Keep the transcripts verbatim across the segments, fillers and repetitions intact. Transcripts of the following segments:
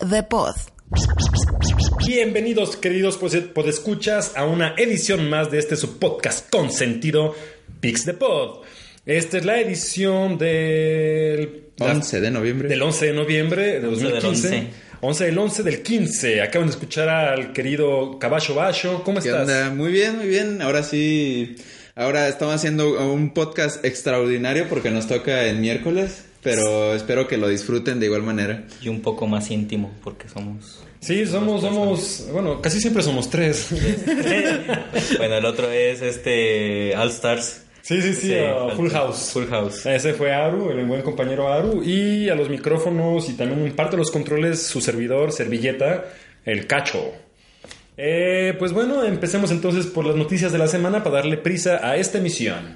the Pod. Bienvenidos, queridos podescuchas, a una edición más de este su podcast consentido, Pix the Pod. Esta es la edición del once de noviembre. Del once de noviembre de dos mil quince. once del once del quince. Acaban de escuchar al querido Caballo Bayo. ¿Cómo ¿Qué estás? Onda? Muy bien, muy bien. Ahora sí, ahora estamos haciendo un podcast extraordinario porque nos toca el miércoles, pero espero que lo disfruten de igual manera. Y un poco más íntimo porque somos... Sí, somos, somos, bueno, casi siempre somos tres. Bueno, el otro es este All Stars. Sí, sí, sí, sí uh, Full House. Full House. Ese fue Aru, el buen compañero Aru. Y a los micrófonos y también en parte de los controles, su servidor, servilleta, el Cacho. Eh, pues bueno, empecemos entonces por las noticias de la semana para darle prisa a esta emisión.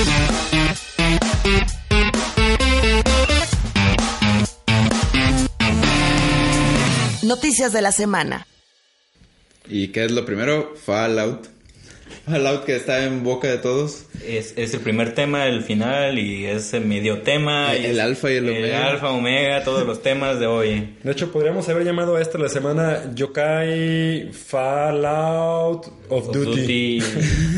Noticias de la semana. ¿Y qué es lo primero? Fallout. Fallout, que está en boca de todos. Es, es el primer tema, el final, y es el medio tema. El, el alfa y el, el omega. El alfa, omega, todos los temas de hoy. De hecho, podríamos haber llamado a esta la semana Yokai Fallout of, of Duty. Duty.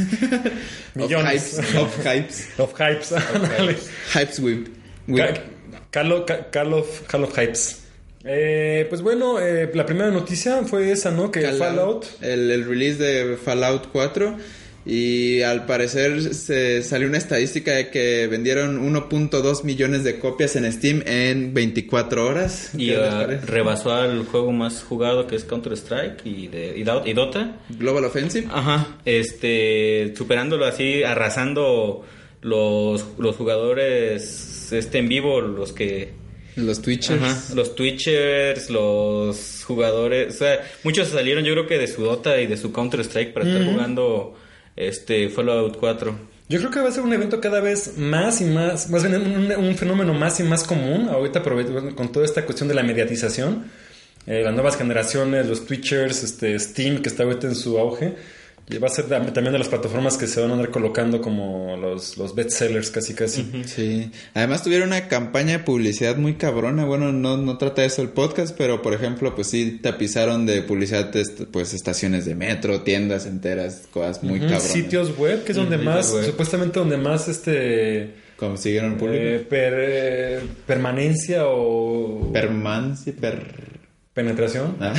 Millones. Of hypes. Of hypes. Of hypes. Hypes. Hypes whip. Ca- Call of, Call of, Call of Hypes. Eh, pues bueno, eh, la primera noticia fue esa, ¿no? Que Fallout, Fallout... El, el release de Fallout cuatro. Y al parecer se salió una estadística de que vendieron uno punto dos millones de copias en Steam en veinticuatro horas. Y uh, rebasó al juego más jugado, que es Counter-Strike y, de, y, y Dota. Global Offensive. Ajá, este, superándolo así, arrasando los, los jugadores este en vivo, los que... Los Twitchers. Ajá, los Twitchers, los jugadores, o sea, muchos salieron yo creo que de su Dota y de su Counter-Strike para mm-hmm. estar jugando este Fallout cuatro. Yo creo que va a ser un evento cada vez más y más, más bien un, un fenómeno más y más común ahorita con toda esta cuestión de la mediatización, eh, las nuevas generaciones, los Twitchers, este Steam que está ahorita en su auge. Y va a ser también de las plataformas que se van a andar colocando como los, los bestsellers casi casi. Uh-huh. Sí. Además tuvieron una campaña de publicidad muy cabrona. Bueno, no, no trata de eso el podcast, pero por ejemplo, pues sí tapizaron de publicidad pues estaciones de metro, tiendas enteras, cosas muy uh-huh. cabronas. Sitios web, que es donde uh-huh. más, web. supuestamente donde más este... consiguieron público. Eh, per, eh, permanencia o... Permanencia, per... ¿Penetración? Ah.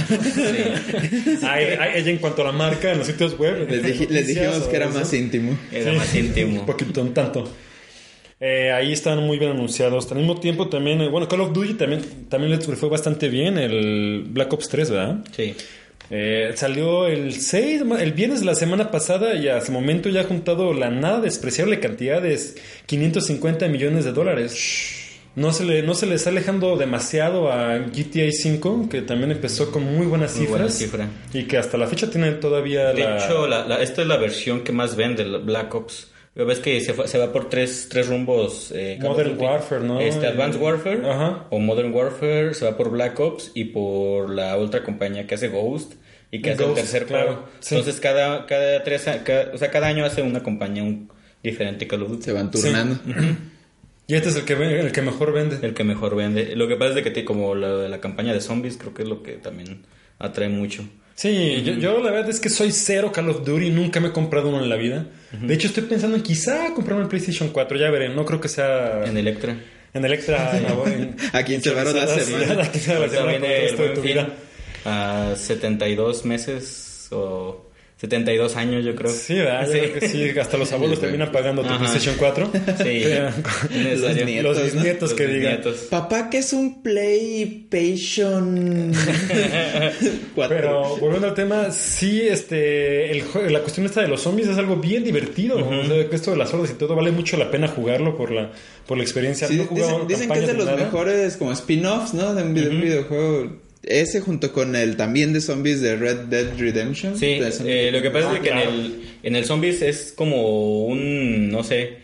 Sí. Ay, ay, ella en cuanto a la marca en los sitios web. Les, dij- les dijimos que era eso. Más íntimo. Era sí, más íntimo. Un poquito, un tanto. Eh, ahí están muy bien anunciados. Al mismo tiempo también, eh, bueno, Call of Duty también, también les fue bastante bien. El Black Ops tres, ¿verdad? Sí. Eh, salió el seis, el viernes de la semana pasada y hasta el momento ya ha juntado la nada despreciable cantidad de quinientos cincuenta millones de dólares. No se le no se le está alejando demasiado a G T A cinco, que también empezó con muy buenas cifras. Muy buena cifra. Y que hasta la fecha tiene todavía de la... De hecho, la, la, esta es la versión que más vende, el Black Ops. Ves que se, fue, se va por tres, tres rumbos. Eh, Modern Warfare, ¿no? Este, Advanced Warfare. Ajá. O Modern Warfare, se va por Black Ops y por la otra compañía que hace Ghost. Y que hace Ghost, el tercer claro. juego. Sí. Entonces, cada, cada, tres, cada, o sea, cada año hace una compañía un, diferente Call of Duty. Se van turnando. Sí. Uh-huh. Y este es el que el que mejor vende. El que mejor vende. Lo que pasa es de que te, como la de la campaña de zombies, creo que es lo que también atrae mucho. Sí, uh-huh. yo, yo la verdad es que soy cero Call of Duty, nunca me he comprado uno en la vida. Uh-huh. De hecho, estoy pensando en quizá comprarme el PlayStation cuatro, ya veré, no creo que sea... En Electra. En Electra, no, en... A quien se va la semana. A quien se va la semana por el resto de tu vida. A setenta y dos meses o... setenta y dos años, yo creo. Sí, ¿verdad? Sí. Yo creo que sí. Hasta los abuelos sí, terminan pagando tu Ajá. PlayStation cuatro. Sí. los nietos, los nietos ¿no? que los digan. Nietos. Papá, ¿qué es un PlayStation cuatro? Pero volviendo al tema, sí, este, el, la cuestión esta de los zombies es algo bien divertido. Uh-huh. O sea, esto de las hordas y todo vale mucho la pena jugarlo por la, por la experiencia. Sí, no dicen, dicen que es de los nada. mejores como spin-offs, ¿no? De un, uh-huh. videojuego. Ese junto con el también de zombies de Red Dead Redemption. Sí, eh, lo que pasa ah, es que claro. en el en el zombies es como un, no sé,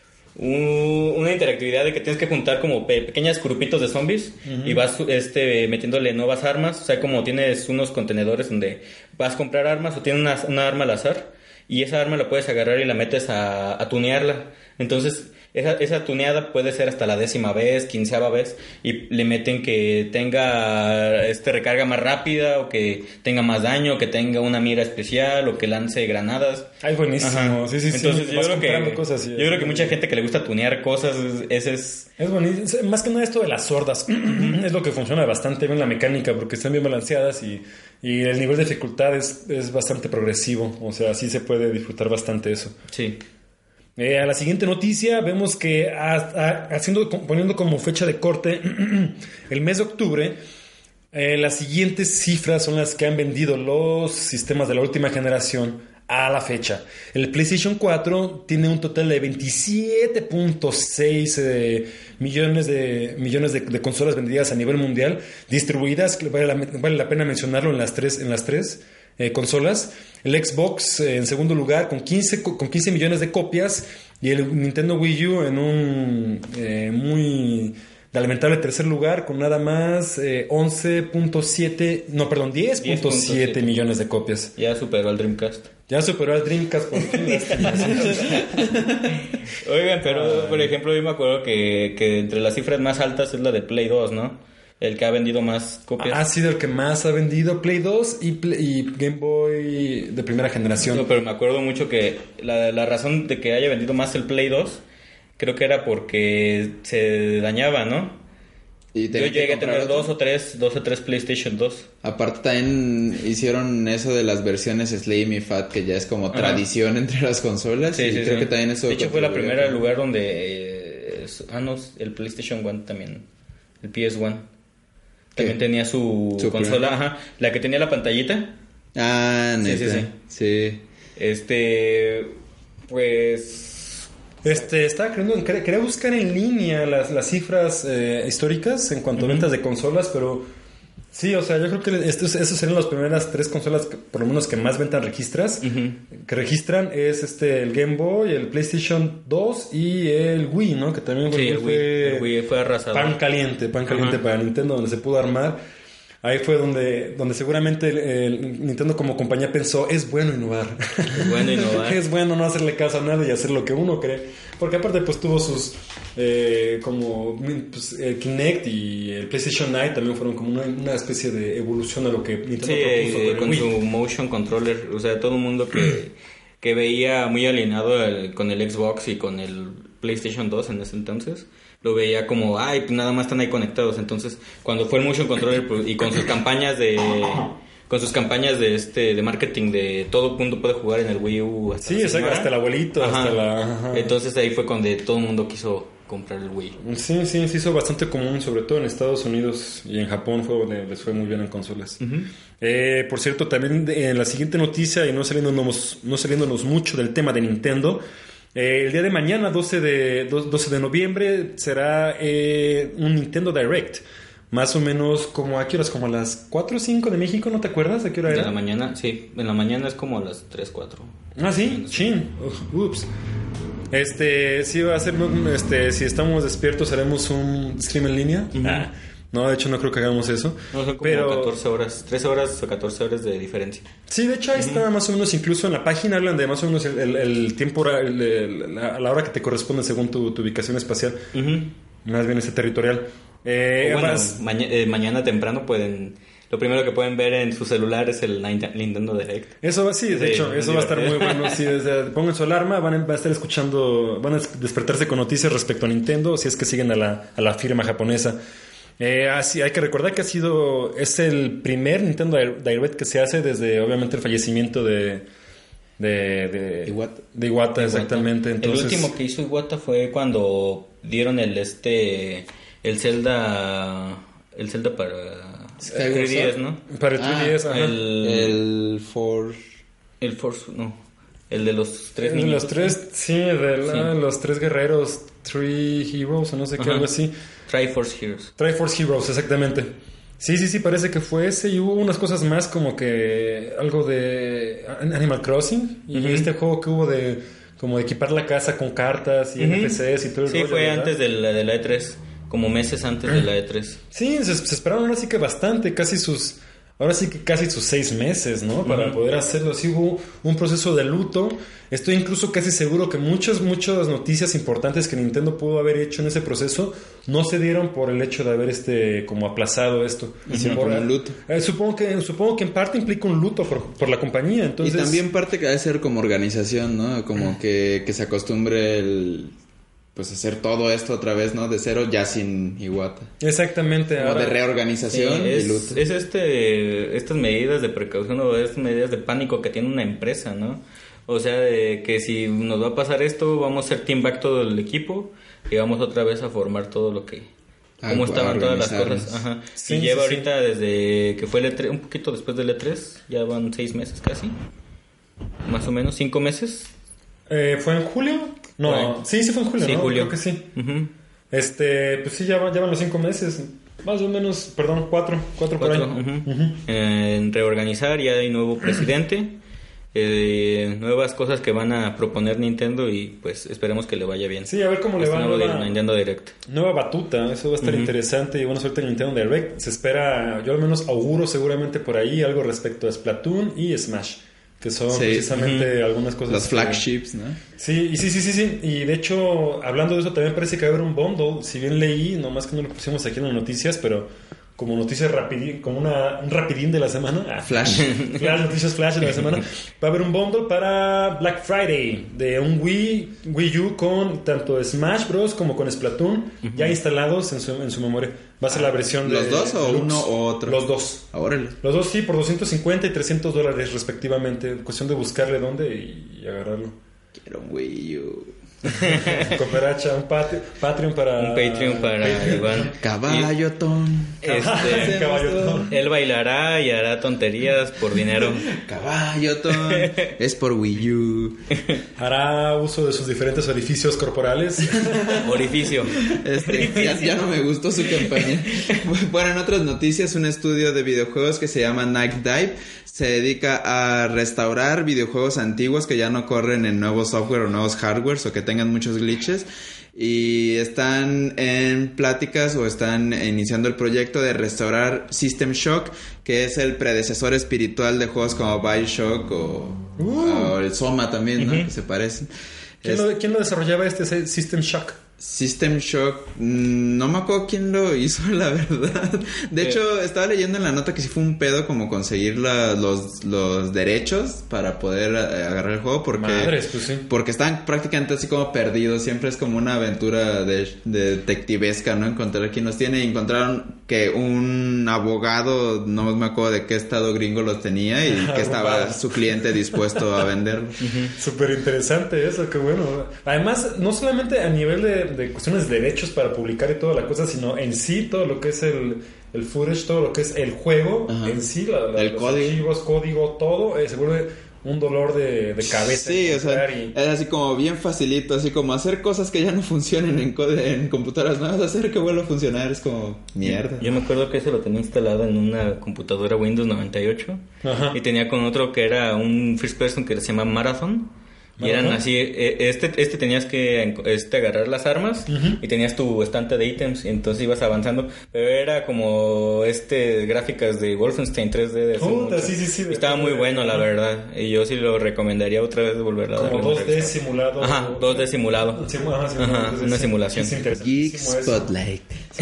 un, una interactividad de que tienes que juntar como pe- pequeños grupitos de zombies uh-huh. y vas este metiéndole nuevas armas. O sea, como tienes unos contenedores donde vas a comprar armas o tienes una, una arma al azar y esa arma la puedes agarrar y la metes a, a tunearla. Entonces esa, esa tuneada puede ser hasta la décima vez, quinceava vez, y le meten que tenga este recarga más rápida, o que tenga más daño, que tenga una mira especial, o que lance granadas. Ay, buenísimo. Ajá. Sí, sí, sí. Entonces yo Vas creo que comprando cosas así, yo así. creo que mucha gente que le gusta tunear cosas, ese es Es buenísimo. Más que nada esto de las sordas es lo que funciona bastante bien la mecánica, porque están bien balanceadas y, y el nivel de dificultad es, es bastante progresivo. O sea, sí se puede disfrutar bastante eso. sí. Eh, a la siguiente noticia vemos que a, a, haciendo, poniendo como fecha de corte el mes de octubre, eh, las siguientes cifras son las que han vendido los sistemas de la última generación a la fecha. El PlayStation cuatro tiene un total de veintisiete punto seis eh, millones, de, millones de, de consolas vendidas a nivel mundial, distribuidas, vale la, vale la pena mencionarlo, en las tres, en las tres eh, consolas. El Xbox eh, en segundo lugar con quince, con quince millones de copias, y el Nintendo Wii U en un eh, muy lamentable tercer lugar con nada más eh, once punto siete, no, perdón, diez punto siete millones de copias. Ya superó al Dreamcast. Ya superó al Dreamcast por fin. Oigan, pero por ejemplo, yo me acuerdo que, que entre las cifras más altas es la de Play dos, ¿no? El que ha vendido más copias. Ha sido el que más ha vendido, Play dos y, Play, y Game Boy de primera generación. No, pero me acuerdo mucho que la, la razón de que haya vendido más el Play dos, creo que era porque se dañaba, ¿no? Y Yo llegué a tener dos o tres, dos o tres PlayStation dos. Aparte también hicieron eso de las versiones Slim y Fat, que ya es como Ajá. tradición entre las consolas. Sí, y sí, creo sí. que también eso... De hecho fue la contribuyó primera a- lugar donde... Eh, ah, no, el PlayStation uno también. El P S uno. También ¿Qué? tenía su, Su consola, primer- ajá. La que tenía la pantallita. Ah, Sí, neta. sí, sí. Sí. Este... Pues... Este, estaba queriendo, quería, quería buscar en línea las, las cifras eh, históricas en cuanto a ventas de consolas, pero sí, o sea, yo creo que estos, esas serían las primeras tres consolas, que, por lo menos que más ventas registras, Uh-huh. que registran, es este el Game Boy, el PlayStation dos y el Wii, ¿no? Que también Sí, el fue, Wii, el Wii fue arrasador. pan caliente, pan caliente Ajá. para Nintendo, donde se pudo armar. Ahí fue donde, donde seguramente el, el Nintendo como compañía pensó, es bueno innovar. Es bueno innovar. Es bueno no hacerle caso a nada y hacer lo que uno cree. Porque aparte pues tuvo sus eh, como pues, el Kinect y el PlayStation Lite también fueron como una, una especie de evolución a lo que Nintendo Sí, propuso eh, con el con Wii. su motion controller. O sea, todo el mundo que, que veía muy alineado el- con el Xbox y con el PlayStation dos en ese entonces, lo veía como, ay, pues nada más están ahí conectados. Entonces, cuando fue el motion controller pues, y con sus campañas de... Con sus campañas de este de marketing de todo el mundo puede jugar en el Wii U. Hasta Sí, la exacto, señora. hasta el abuelito, Ajá. hasta la... ajá. Entonces ahí fue cuando todo el mundo quiso comprar el Wii. Sí, sí, se hizo bastante común, sobre todo en Estados Unidos y en Japón fue donde les fue muy bien en consolas. Eh, por cierto, también de- en la siguiente noticia, y no saliéndonos, no saliéndonos mucho del tema de Nintendo, eh, el día de mañana, doce de, do- doce de noviembre, será eh, un Nintendo Direct. Más o menos como a qué horas, como a las cuatro o cinco de México, ¿no te acuerdas? ¿A qué hora En era? la mañana, sí, en la mañana es como a las tres, cuatro. Ah, sí, chin. Uf, ups. Este, sí va a ser, un- este, si estamos despiertos haremos un stream en línea. Ujú. Ah, no, de hecho no creo que hagamos eso. No, son como pero catorce horas, trece horas o catorce horas de diferencia. sí, de hecho ahí está más o menos, incluso en la página hablan de más o menos el, el- el tiempo, hora- el- el- la, la hora que te corresponde según tu, tu ubicación espacial, más bien ese territorial. Eh, O bueno, además- maña- eh, mañana temprano pueden... Lo primero que pueden ver en su celular es el Nint- Nintendo Direct. Eso va, sí, de Sí, hecho, es eso va a estar muy divertido. bueno. Sí, desde, pongan su alarma, van a, van a estar escuchando, van a despertarse con noticias respecto a Nintendo, si es que siguen a la, a la firma japonesa. Eh, así, hay que recordar que ha sido, es el primer Nintendo Direct que se hace desde, obviamente, el fallecimiento de... De, de Iwata. de Iwata, exactamente. Entonces, El último que hizo Iwata fue cuando dieron el este... El Zelda... El Zelda para... Skyward tres D S, Sword. ¿no? para el Ah, tres D S, ajá. El... El For... El Force... No. El de los tres Eh, niños. los tres, sí, de la- Sí. los tres guerreros, Three Heroes, o no sé qué, Ajá. algo así. Triforce Heroes. Triforce Heroes, exactamente. Sí, sí, sí, parece que fue ese. Y hubo unas cosas más como que algo de Animal Crossing. Y Ujú. este juego que hubo de como de equipar la casa con cartas y Ujú. N P Cs y todo el Sí, rollo, fue ¿verdad? antes de la, de la E tres. Como meses antes de la E tres. Sí, se, se esperaron ahora sí que bastante. Casi sus... ahora sí que casi sus seis meses, ¿no? Para uh-huh. poder hacerlo. Sí hubo un proceso de luto. Estoy incluso casi seguro que muchas, muchas noticias importantes que Nintendo pudo haber hecho en ese proceso no se dieron por el hecho de haber este como aplazado esto. Uh-huh. Por un luto. Eh, supongo que supongo que en parte implica un luto por, por la compañía. Entonces... Y también parte que debe ser como organización, ¿no? Como uh-huh. que, que se acostumbre el... pues hacer todo esto otra vez, ¿no? De cero, ya sin Iwata. Exactamente. Como ahora, de reorganización sí, es, y luto. Es este, estas medidas de precaución o estas medidas de pánico que tiene una empresa, ¿no? O sea, de que si nos va a pasar esto, vamos a hacer team back todo el equipo y vamos otra vez a formar todo lo que... Ah, cómo estaban todas las cosas. Ajá. Sí, y sí, lleva sí. ahorita desde que fue el E tres, un poquito después del E tres, ya van seis meses casi. Más o menos, cinco meses. Eh, ¿Fue en julio? No, bueno, sí, sí fue en julio, sí, ¿no? Julio. Creo que sí. Uh-huh. Este, pues sí, ya van, ya van los cinco meses. Más o menos, perdón, cuatro. Cuatro, cuatro por ahí. Uh-huh. Uh-huh. Eh, en reorganizar, ya hay nuevo presidente. eh, nuevas cosas que van a proponer Nintendo y pues esperemos que le vaya bien. Sí, a ver cómo le este va. Nuevo nueva, Nintendo Direct. Nueva batuta, eso va a estar uh-huh. interesante y buena suerte en Nintendo Direct. Se espera, yo al menos auguro seguramente por ahí algo respecto a Splatoon y Smash. Que son sí. precisamente uh-huh. algunas cosas. Los flagships, que... ¿no? Sí, y sí, sí, sí, sí. Y de hecho, hablando de eso, también parece que va a haber un bundle. Si bien leí, nomás que no lo pusimos aquí en las noticias, pero como noticias rapidín, como una, un rapidín de la semana. Ah, flash. Flash, noticias flash de la semana. Va a haber un bundle para Black Friday de un Wii, Wii U con tanto Smash Bros. Como con Splatoon uh-huh. ya instalados en su, en su memoria. Va a ser ah, la versión ¿los de... ¿Los dos o Lux. uno o otro? Los dos. Órale. Los dos sí, por doscientos cincuenta y trescientos dólares respectivamente. Cuestión de buscarle dónde y agarrarlo. Quiero un Wii U. Cooperacha, un patri- Patreon para... Un Patreon para Patreon. Iván. Caballotón. Este, Caballotón. Él bailará y hará tonterías por dinero. Caballotón. Es por Wii U. Hará uso de sus diferentes orificios corporales. Orificio. Este, ya, ya no me gustó su campaña. Bueno, en otras noticias, un estudio de videojuegos que se llama Night Dive se dedica a restaurar videojuegos antiguos que ya no corren en nuevo software o nuevos hardwares o que tengan muchos glitches, y están en pláticas o están iniciando el proyecto de restaurar System Shock, que es el predecesor espiritual de juegos como BioShock o, uh. o el Soma también, ¿no? Uh-huh. Que se parecen. ¿Quién, es... lo, ¿Quién lo desarrollaba este System Shock? System Shock, no me acuerdo quién lo hizo, la verdad. De sí. hecho, estaba leyendo en la nota que sí fue un pedo como conseguir la, los, los derechos para poder agarrar el juego, porque, Madres, pues sí. porque están prácticamente así como perdidos. Siempre es como una aventura de, de detectivesca, ¿no? Encontrar quién los tiene. Y encontraron que un abogado, no me acuerdo de qué estado gringo los tenía, y que estaba su cliente dispuesto a venderlo. Uh-huh. Súper interesante eso, qué bueno. Además, no solamente a nivel de de cuestiones de derechos para publicar y toda la cosa, sino en sí todo lo que es el, el footage, todo lo que es el juego, ajá. en sí, la, la, el los código. archivos, código, todo, eh, se vuelve un dolor de, de cabeza. Sí, o sea, y... es así como bien facilito, así como hacer cosas que ya no funcionen en, en computadoras nuevas, hacer que vuelva a funcionar es como mierda. Yo me acuerdo que eso lo tenía instalado en una computadora Windows noventa y ocho, ajá. y tenía con otro que era un first person que se llama Marathon. Y eran así, este este tenías que este agarrar las armas uh-huh. y tenías tu estante de ítems y entonces ibas avanzando, pero era como este gráficas de Wolfenstein tres D de hace Puta, sí, sí, sí, estaba muy bueno, la verdad, y yo sí lo recomendaría otra vez volverla a dar. Como dos D simulado. Ajá, dos D simulado. Sí, ajá, simulado. Ajá, una simulación. Geek Spotlight.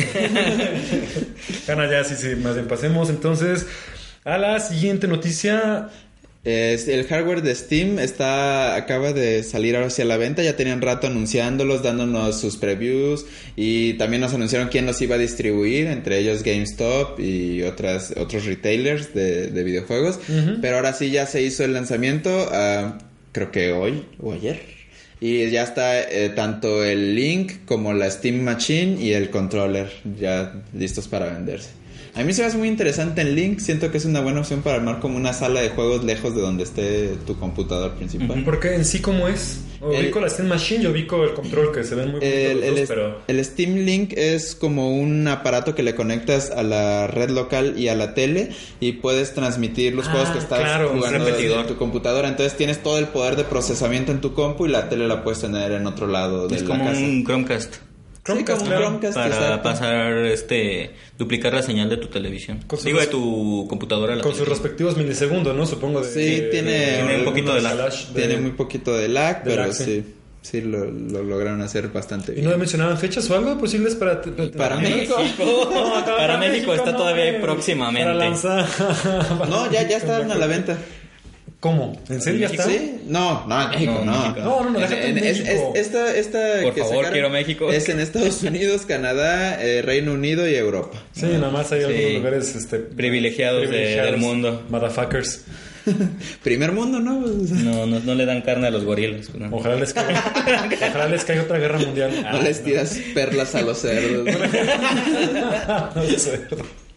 Gana ya, sí, sí, más bien pasemos entonces a la siguiente noticia. Es, el hardware de Steam está acaba de salir ahora hacia la venta. Ya tenían rato anunciándolos, dándonos sus previews, y también nos anunciaron quién los iba a distribuir, entre ellos GameStop y otras otros retailers de, de videojuegos. Uh-huh. Pero ahora sí ya se hizo el lanzamiento, uh, creo que hoy o ayer, y ya está eh, tanto el Link como la Steam Machine y el controller ya listos para venderse. A mí se me hace muy interesante el Link. Siento que es una buena opción para armar como una sala de juegos lejos de donde esté tu computador principal. Uh-huh. Porque en sí, ¿cómo es? O el, vi con la Steam Machine, yo vi con el control, que se ven muy bonitos el, los dos, el, pero... el Steam Link es como un aparato que le conectas a la red local y a la tele, y puedes transmitir los ah, juegos que estás claro, jugando en tu computadora. Entonces tienes todo el poder de procesamiento en tu compu, y la tele la puedes tener en otro lado de es la como casa. Un Chromecast. Chromecast, Sí, como un Chromecast, Chromecast, para exacto. pasar, este, duplicar la señal de tu televisión. Con sus Digo, de res- tu computadora a la Con sus televisión. respectivos milisegundos, ¿no? Supongo. De, Sí, de- tiene- de- Tiene un poquito de lag. flash, de- Tiene muy poquito de lag, de pero lag, sí, sí. sí lo, lo lograron hacer bastante ¿Y bien. no le mencionaban fechas o algo posibles para... Para México. No, Para México está no, todavía güey. próximamente. Para lanzar... No, ya, ya están a la venta. ¿Cómo? ¿En serio ya está? ¿Sí? No, no, en México, No, no. México. No, no, no, déjate en es, México. es- esta, esta Por que favor, sacaron quiero México. Es en Estados Unidos, Canadá, eh, Reino Unido y Europa. Sí, nada más hay Sí. algunos lugares este, Privilegiados de- del mundo. Motherfuckers. Primer mundo, ¿no? O sea, No, no, no le dan carne a los gorilas. ¿no? Ojalá les caiga, ojalá les caiga otra guerra mundial. no les tiras perlas a los cerdos. No es cierto.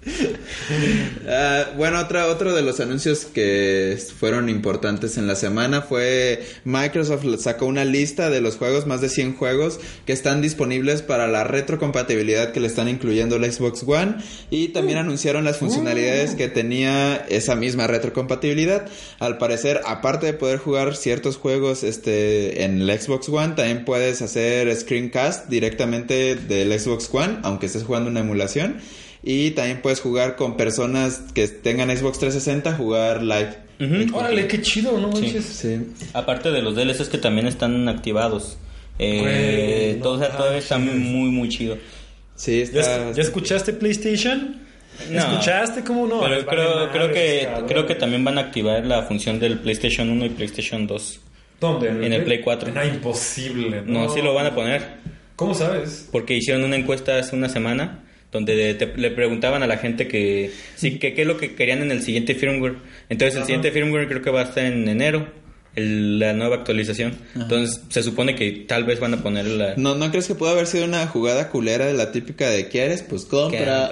Ah, bueno, otra, otro de los anuncios que fueron importantes en la semana fue Microsoft sacó una lista de los juegos, más de cien juegos que están disponibles para la retrocompatibilidad que le están incluyendo el Xbox One, y también anunciaron las funcionalidades que tenía esa misma retrocompatibilidad. Al parecer, aparte de poder jugar ciertos juegos este, en el Xbox One, también puedes hacer screencast directamente del Xbox One, aunque estés jugando una emulación. Y también puedes jugar con personas que tengan Xbox trescientos sesenta, jugar live. Ujú. Órale, qué chido, ¿no Sí. manches? Sí. Aparte de los D L Cs que también están activados. Eh, Güey, no todo, o sea, todo está manches. muy, muy chido. Sí, ¿Ya, está... ¿Ya escuchaste PlayStation? No. ¿Escuchaste? ¿Cómo no? Pero Vale creo, madres, creo que cabrón. creo que también van a activar la función del PlayStation uno y PlayStation dos. ¿Dónde? en el Play cuatro. No, imposible. No, sí lo van a poner. ¿Cómo sabes? Porque hicieron una encuesta hace una semana donde te- le preguntaban a la gente que sí que qué es lo que querían en el siguiente firmware. Entonces el Ajá. siguiente firmware creo que va a estar en enero, el- la nueva actualización. Entonces se supone que tal vez van a poner la... ¿No, ¿No crees que pudo haber sido una jugada culera de la típica de ¿quieres? Pues compra.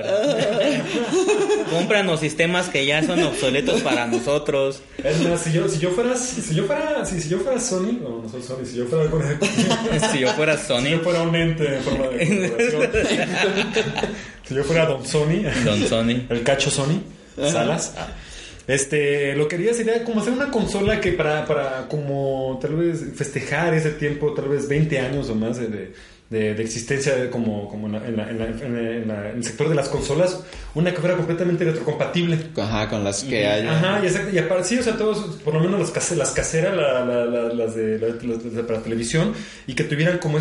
Cómpranos sistemas que ya son obsoletos para nosotros. Es más, si yo, si yo fuera, si yo fuera, si, si yo fuera Sony, no, no soy Sony, si yo fuera alguna, Si yo fuera si Sony, yo fuera un ente en forma de corporación, si yo fuera Don Sony, Don Sony. el cacho Sony, Salas, este, lo que quería sería como hacer una consola que para, para como tal vez festejar ese tiempo, tal vez veinte años o más de, de, de, de existencia de como, como en, la, en, la, en, la, en, la, en, la, en el sector de las consolas, una que fuera completamente retrocompatible. Ajá, con las que hay. Ajá, y, exacto, y aparte, sí, o sea, todos, por lo menos las, case, las caseras, la, la, la, las, de, la, las de para televisión, y que tuvieran como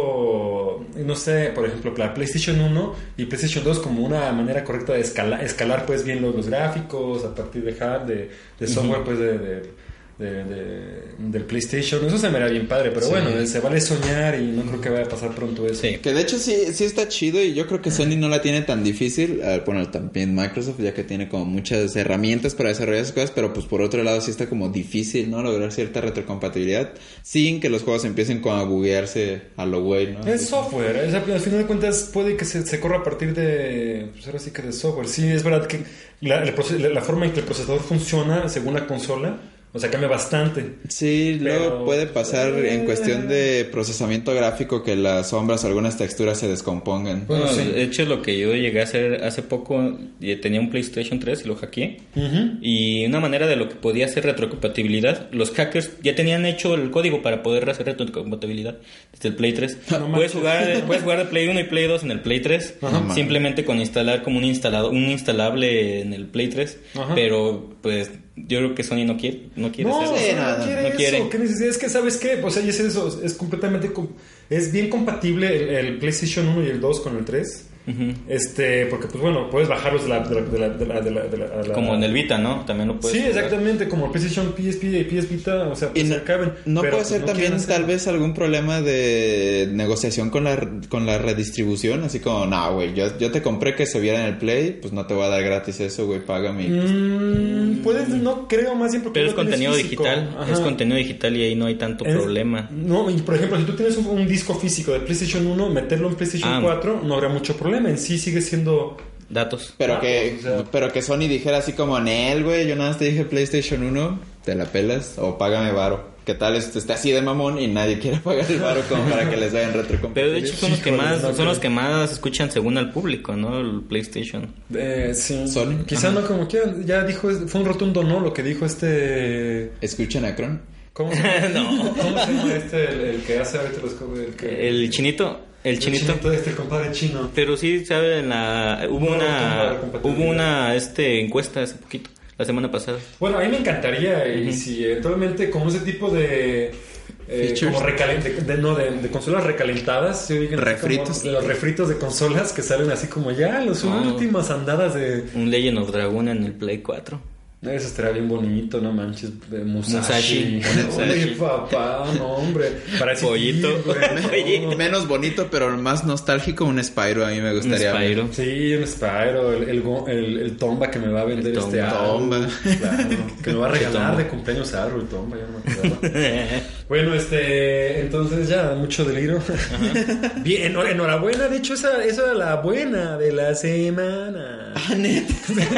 esto, no sé, por ejemplo, la PlayStation uno y PlayStation dos como una manera correcta de escalar, escalar pues bien los, los gráficos a partir de hard, de, de software, uh-huh. pues de, de, de, de, del PlayStation. Eso se me era bien padre, pero sí. Bueno, se vale soñar y no creo que vaya a pasar pronto eso. Sí. Que de hecho sí, sí está chido, y yo creo que Sony no la tiene tan difícil. Bueno, también Microsoft, ya que tiene como muchas herramientas para desarrollar esas cosas, pero pues por otro lado sí está como difícil, ¿no? Lograr cierta retrocompatibilidad sin que los juegos empiecen como a buguearse a lo güey, ¿no? Es software, es, al final de cuentas puede que se, se corra a partir de, pues ahora sí que de software. Sí, es verdad que la, la, la forma en que el procesador funciona según la consola, o sea, cambia bastante. Sí, pero, luego puede pasar eh... en cuestión de procesamiento gráfico que las sombras o algunas texturas se descompongan. Bueno, sí. De hecho, lo que yo llegué a hacer hace poco, tenía un PlayStation tres y lo hackeé. Uh-huh. Y una manera de lo que podía hacer retrocompatibilidad, los hackers ya tenían hecho el código para poder hacer retrocompatibilidad desde el Play tres. No puedes, jugar, puedes jugar de Play uno y Play dos en el Play tres, uh-huh. simplemente con instalar como un, instalado, un instalable en el Play tres. Uh-huh. Pero, pues, yo creo que Sony no quiere. No quiere no, hacer no, no quiere, no quiere eso. ¿Qué necesidad? Es que, ¿sabes qué? O sea, y es eso, es completamente... Es bien compatible el, el PlayStation uno y el dos con el tres. Uh-huh. Este, porque pues bueno, puedes bajarlos de la, de la, de la, de la, de la, de la, de la... Como en el Vita, ¿no? También lo puedes sí, jugar. Exactamente, como el PlayStation P S P y P S Vita, o sea, pues y no, se caben. No pero, puede pues, ser no también tal vez algún problema de negociación con la con la redistribución, así como, no, güey, yo, yo te compré que se viera en el Play, pues no te voy a dar gratis eso, güey, págame. Mm, puedes, no creo, más bien porque pero es contenido digital, Ajá. es contenido digital y ahí no hay tanto es, problema. No, y por ejemplo, si tú tienes un, un disco físico de PlayStation uno, meterlo en PlayStation ah. cuatro, no habrá mucho problema, en sí sigue siendo... datos. Pero datos, que o sea, pero que Sony dijera así como, Nel, güey, yo nada más te dije PlayStation uno, te la pelas o págame varo. ¿Qué tal? Este está así de mamón y nadie quiere pagar el varo como para que les vayan retrocompatibles. Pero de hecho son los que más son los que más escuchan según al público, ¿no? El PlayStation. Eh, sí. Sony. Quizá Ajá. no como quieran. Ya dijo, fue un rotundo no lo que dijo este... ¿Escuchan a Kron? ¿Cómo se llama? no. ¿Cómo se llama este, el, el que hace ahorita los... El, que... el chinito. El chinito. El chinito este, el compadre chino. Pero sí, ¿saben? La, hubo No, una no, hubo una este encuesta hace poquito, la semana pasada. Bueno, a mí me encantaría, y Uh-huh. si eventualmente como ese tipo de... Eh, como recalen- de, de- no, de, de consolas recalentadas, ¿sí? Refritos. Como los refritos de consolas que salen así como ya las Oh. últimas andadas de... Un Legend of Dragon en el Play cuatro. Eso estaría bien bonito, no manches. De Musashi. Musashi. Oye, papá, no, hombre. Para ese Pollito. tipo, güey, no. Menos bonito, pero más nostálgico, un Spyro. A mí me gustaría. Un Spyro. Sí, un Spyro, el, el, go- el, el Tomba que me va a vender El este Tomba. Aru. Tomba. Claro, que me va a regalar Tomba. de cumpleaños Aru, el Tomba, ya no me acordaba. Bueno, este, entonces ya, mucho delirio. Bien, enhor- enhorabuena, de hecho, esa, esa era la buena de la semana. Ah, neta.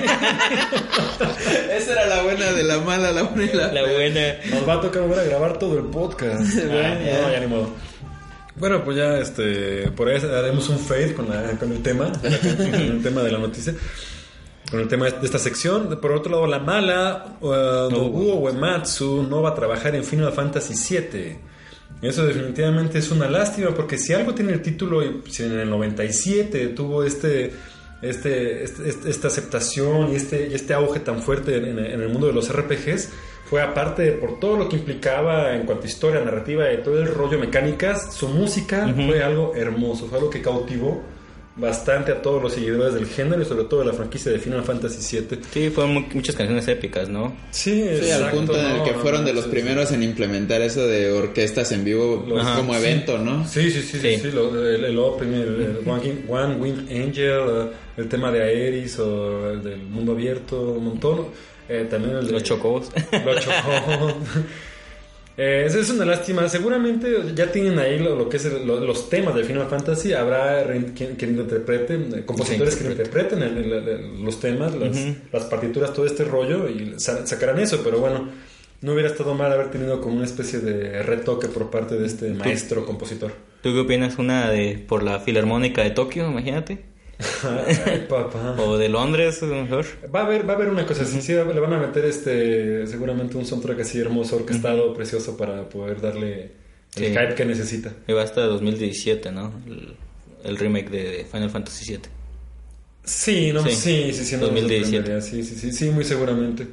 Esa era la buena de la mala, la buena y la, La fea. buena. Nos va a tocar volver a grabar todo el podcast. Bueno, Ah, ya. no, ya ni modo. Bueno, pues ya, este, por ahí haremos un fade con, la, con el tema, con el tema de la noticia, con el tema de esta sección. Por otro lado, la mala, uh, Nobuo Uematsu no va a trabajar en Final Fantasy siete. Eso definitivamente es una lástima, porque si algo tiene el título, y si en el noventa y siete tuvo este... Este, este, este- esta aceptación y este, y este auge tan fuerte en, en- en el mundo de los R P Gs, fue aparte de por todo lo que implicaba en cuanto a historia, narrativa y todo el rollo mecánicas, su música Uh-huh. fue algo hermoso, fue algo que cautivó bastante a todos los seguidores del género y sobre todo de la franquicia de Final Fantasy siete. Sí, fueron mu- muchas canciones épicas, ¿no? Sí, Sí, al exacto, punto en el no, que no, fueron no, de los sí, primeros en implementar eso de orquestas en vivo Ajá, como sí. evento, ¿no? Sí, sí, sí, sí, Sí. sí, lo- el, el opening, el, el One, Wing- One Winged Angel, uh, el tema de Aeris o el del mundo abierto, un montón. Eh, también el de Los chocobos. Los chocobos. Eh, esa es una lástima. Seguramente ya tienen ahí lo, lo que es el- lo- los temas de Final Fantasy. Habrá re- quien, quien lo interprete, eh, compositores Sí, que lo interpreten el- el- el- los temas, las, Ujú. las partituras, todo este rollo y sa- sacarán eso. Pero bueno, no hubiera estado mal haber tenido como una especie de retoque por parte de este maestro compositor. ¿Tú qué opinas? Una de por la Filarmónica de Tokio, imagínate. Ay, papá. O de Londres, a lo mejor. Va a haber, va a haber una cosa así, sí, le van a meter este seguramente un soundtrack así hermoso, orquestado, precioso para poder darle el Sí. hype que necesita. Y va hasta dos mil diecisiete, ¿no? El, el remake de Final Fantasy siete. Sí, no, sí, Sí. sí, sí, no me dos mil diecisiete. sorprendería, sí, sí, sí, sí, muy seguramente.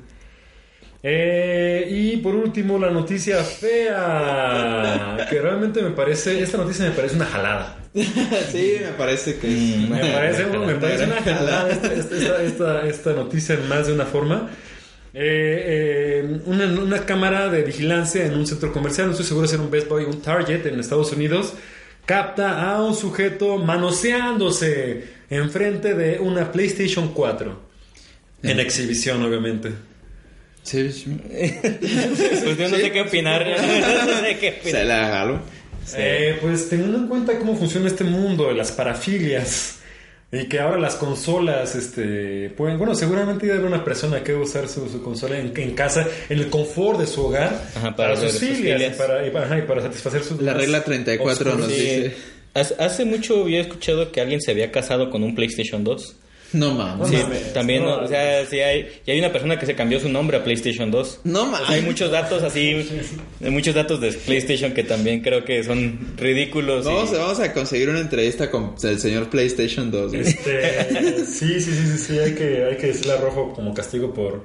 Eh, y por último, la noticia fea, que realmente me parece, esta noticia me parece una jalada. Sí, me parece que Mm, Me parece, me parece una jalada esta, esta, esta, esta, esta noticia en más de una forma. Eh, eh, una, una cámara de vigilancia en un centro comercial, no estoy seguro si era un Best Buy o un Target en Estados Unidos, capta a un sujeto manoseándose enfrente de una PlayStation cuatro. En exhibición, obviamente. Sí, sí. Pues yo no sé qué opinar. No sé qué Se opinar. la jalo. Eh, pues teniendo en cuenta cómo funciona este mundo de las parafilias y que ahora las consolas, este, pueden, bueno, seguramente debe haber una persona que debe usar su, su consola en, en casa, en el confort de su hogar, Ajá, para, para sus sus filias, filias. y para, y, ajá, y para satisfacer sus La más regla treinta y cuatro nos obscuros- Sí. dice. Hace hace mucho había escuchado que alguien se había casado con un PlayStation dos. No mames. Sí, No mames, también, no. o sea, sí hay, y hay una persona que se cambió su nombre a PlayStation dos. No O sea, hay mames. muchos datos así, hay muchos datos de PlayStation que también creo que son ridículos. Vamos, y- vamos a conseguir una entrevista con el señor PlayStation dos. güey. Este, sí, sí, sí, sí, sí, hay que, hay que decirle a Rojo como castigo por...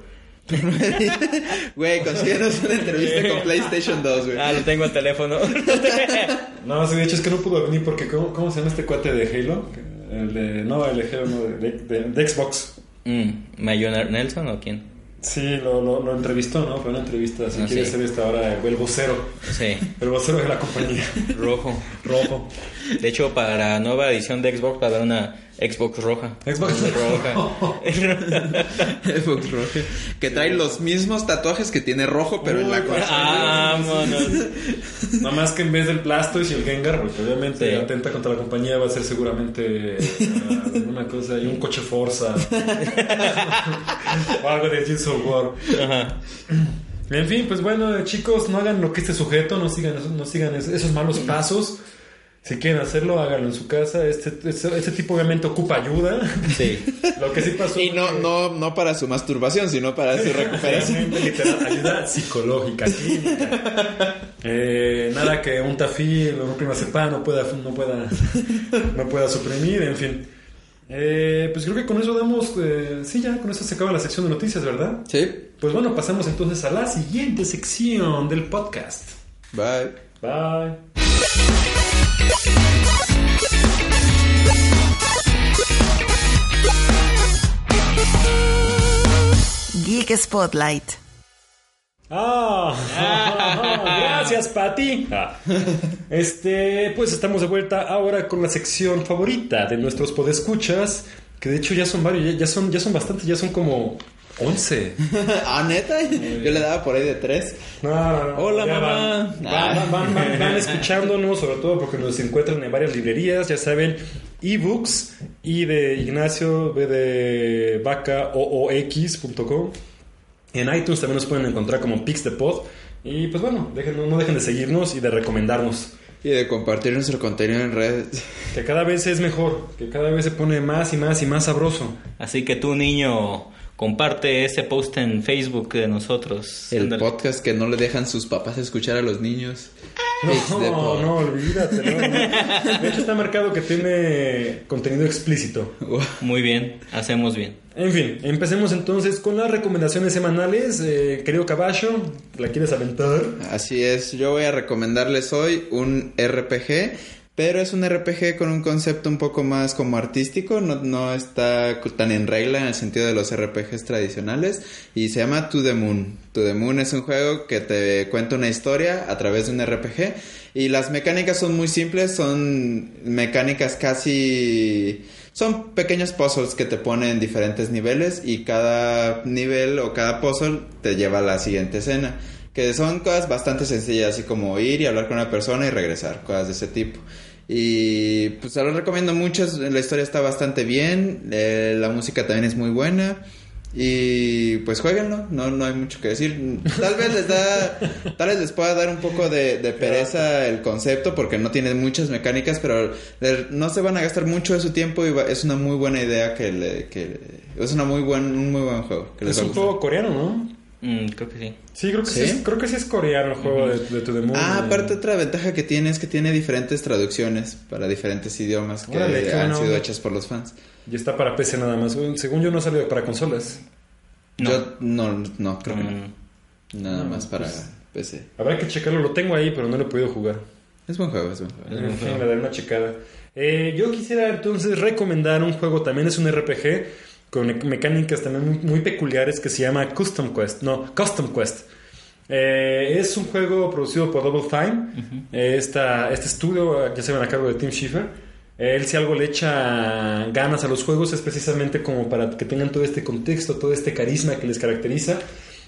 Güey, consíguenos una entrevista con PlayStation dos, güey. Ah, lo tengo al teléfono. No, sí, de hecho es que no pudo venir porque ¿cómo, cómo se llama este cuate de Halo? El de, no, el de Halo, no, de, de, de Xbox. mm, ¿Mayonar Nelson o quién? Sí, lo, lo, lo entrevistó, ¿no? Fue una entrevista, si Ah, quiere sí. ser esta ahora el vocero, Sí, el vocero de la compañía. rojo. Rojo. De hecho, para nueva edición de Xbox va a haber una Xbox roja. Xbox roja. Xbox roja. Que trae los mismos tatuajes que tiene rojo, pero en la Uy, consola. Vámonos. Nada más que en vez del Blastoise y el Gengar, porque obviamente Sí. atenta contra la compañía, va a ser seguramente eh, alguna cosa y un coche Forza. O algo de Gears of War. Ajá. En fin, pues bueno, chicos, no hagan lo que este sujeto, no sigan, no sigan esos, esos malos pasos. Si quieren hacerlo, háganlo en su casa. Este, este, este tipo obviamente ocupa ayuda. Sí. Lo que sí pasó. Y no, que... no, no para su masturbación, sino para su recuperación. Literal, ayuda psicológica, clínica. Eh, nada que un tafí o un clonazepam no pueda, no pueda, no pueda suprimir, en fin. Eh, pues creo que con eso damos. Eh, sí, ya con eso se acaba la sección de noticias, ¿verdad? Sí. Pues bueno, pasamos entonces a la siguiente sección del podcast. Bye. Bye. Geek Spotlight. Ah, gracias, Pati. Ah. Este, pues estamos de vuelta ahora con la sección favorita de nuestros podescuchas, que de hecho ya son varios, ya, ya son, ya son bastantes, ya son como once. ¿Ah, neta? Yo le daba por ahí de tres. No, no, no. Hola, Ya mamá. Van, van, van, van, van escuchándonos, sobre todo porque nos encuentran en varias librerías, ya saben, ebooks, I de Ignacio, B de Vaca, O O X punto com. En iTunes también nos pueden encontrar como Pix de Pod. Y pues bueno, dejen, no dejen de seguirnos y de recomendarnos. Y de compartir nuestro contenido en redes. Que cada vez es mejor, que cada vez se pone más y más y más sabroso. Así que tú, niño, comparte ese post en Facebook de nosotros. El Ándale. podcast que no le dejan sus papás escuchar a los niños. No, no, no, olvídate. No, no. De hecho está marcado que tiene contenido explícito. Muy bien, hacemos bien. En fin, empecemos entonces con las recomendaciones semanales. Eh, querido Caballo, ¿la quieres aventar? Así es, yo voy a recomendarles hoy un R P G, pero es un R P G con un concepto un poco más como artístico, no, no está tan en regla en el sentido de los R P Gs tradicionales, y se llama To The Moon. To The Moon es un juego que te cuenta una historia a través de un R P G, y las mecánicas son muy simples, son mecánicas casi... Son pequeños puzzles que te ponen en diferentes niveles, y cada nivel o cada puzzle te lleva a la siguiente escena. Que son cosas bastante sencillas, así como ir y hablar con una persona y regresar, cosas de ese tipo. Y pues se los recomiendo mucho, la historia está bastante bien, eh, la música también es muy buena. Y pues jueguenlo, no, no hay mucho que decir. Tal vez les da, tal vez les pueda dar un poco de, de pereza el concepto, porque no tiene muchas mecánicas, pero le, no se van a gastar mucho de su tiempo, y va, es una muy buena idea que le, que es una muy buen, un muy buen juego. Que les Es va a un gustar. juego coreano, ¿no? Mm, creo que sí. Sí, creo que sí, ¿Sí? es, creo que sí es coreano el juego uh-huh. de, de To The Moon. Ah, aparte otra ventaja que tiene es que tiene diferentes traducciones para diferentes idiomas que Órale, qué han buena sido onda. hechas por los fans. Y está para P C nada más. Según yo no salió para consolas. No. Yo no, no, creo que no. Mm. Nada No, más para pues- P C. Habrá que checarlo, lo tengo ahí, pero no lo he podido jugar. Es buen juego, es buen juego. Es En buen fin, juego. le daré una checada. Eh, yo quisiera entonces recomendar un juego, también es un R P G, con me- mecánicas también muy, muy peculiares, que se llama Custom Quest. No, Custom Quest. Eh, es un juego producido por Double Fine. Ujú. Eh, esta, este estudio, ya se ven a cargo de Tim Schafer. Él, si algo le echa ganas a los juegos, es precisamente como para que tengan todo este contexto, todo este carisma que les caracteriza.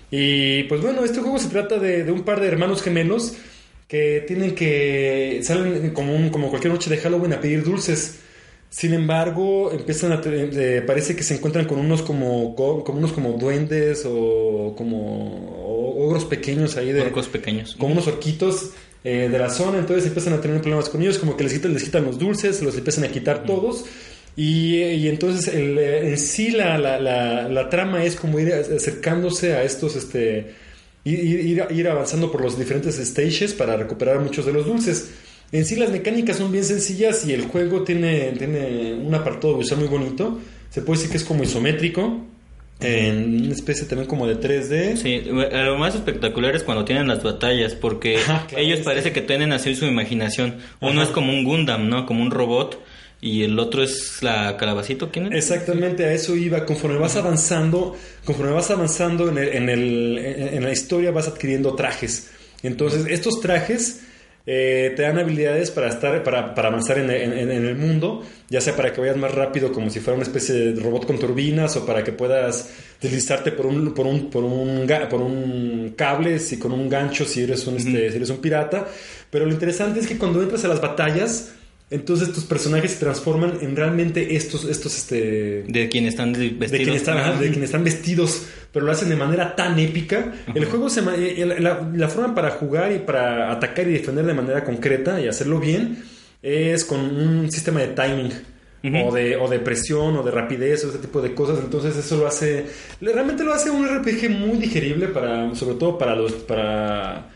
Y pues bueno, este juego se trata de, de un par de hermanos gemelos que tienen que salen como, un, como cualquier noche de Halloween a pedir dulces. Sin embargo, empiezan a te- eh, parece que se encuentran con unos como, go- como unos como duendes o como o- ogros pequeños ahí de Orcos pequeños. como unos orquitos eh, de la zona. Entonces empiezan a tener problemas con ellos, como que les quitan, les quitan los dulces, los empiezan a quitar todos. Y, y entonces el, eh, en sí la, la, la, la trama es como ir acercándose a estos, este, ir, ir, ir avanzando por los diferentes stages para recuperar muchos de los dulces. En sí las mecánicas son bien sencillas y el juego tiene, tiene un apartado visual muy bonito. Se puede decir que es como isométrico, en una especie también como de tres D. Sí, lo más espectacular es cuando tienen las batallas, porque Ajá, claro, ellos sí. parece que tienen así su imaginación. Uno Ajá. es como un Gundam, ¿no? Como un robot, y el otro es la Calabacito, ¿quién es? Exactamente, a eso iba. Conforme vas avanzando, conforme vas avanzando en, el, en, el, en, en la historia, vas adquiriendo trajes. Entonces, estos trajes eh, te dan habilidades para estar, para, para avanzar en, en, en el mundo, ya sea para que vayas más rápido, como si fuera una especie de robot con turbinas, o para que puedas deslizarte por un, por un, por un, ga- por un cable, si con un gancho, si eres un, este, si eres un pirata. Pero lo interesante es que cuando entras a las batallas, entonces tus personajes se transforman en realmente estos, estos, este... De quienes están vestidos. De quienes, están, ajá, de quienes están vestidos, pero lo hacen de manera tan épica. El juego se ma- eh, la, la forma para jugar y para atacar y defender de manera concreta y hacerlo bien es con un sistema de timing. Uh-huh. O de, o de presión, o de rapidez, o ese tipo de cosas. Entonces eso lo hace... Realmente lo hace un R P G muy digerible para... Sobre todo para los... Para...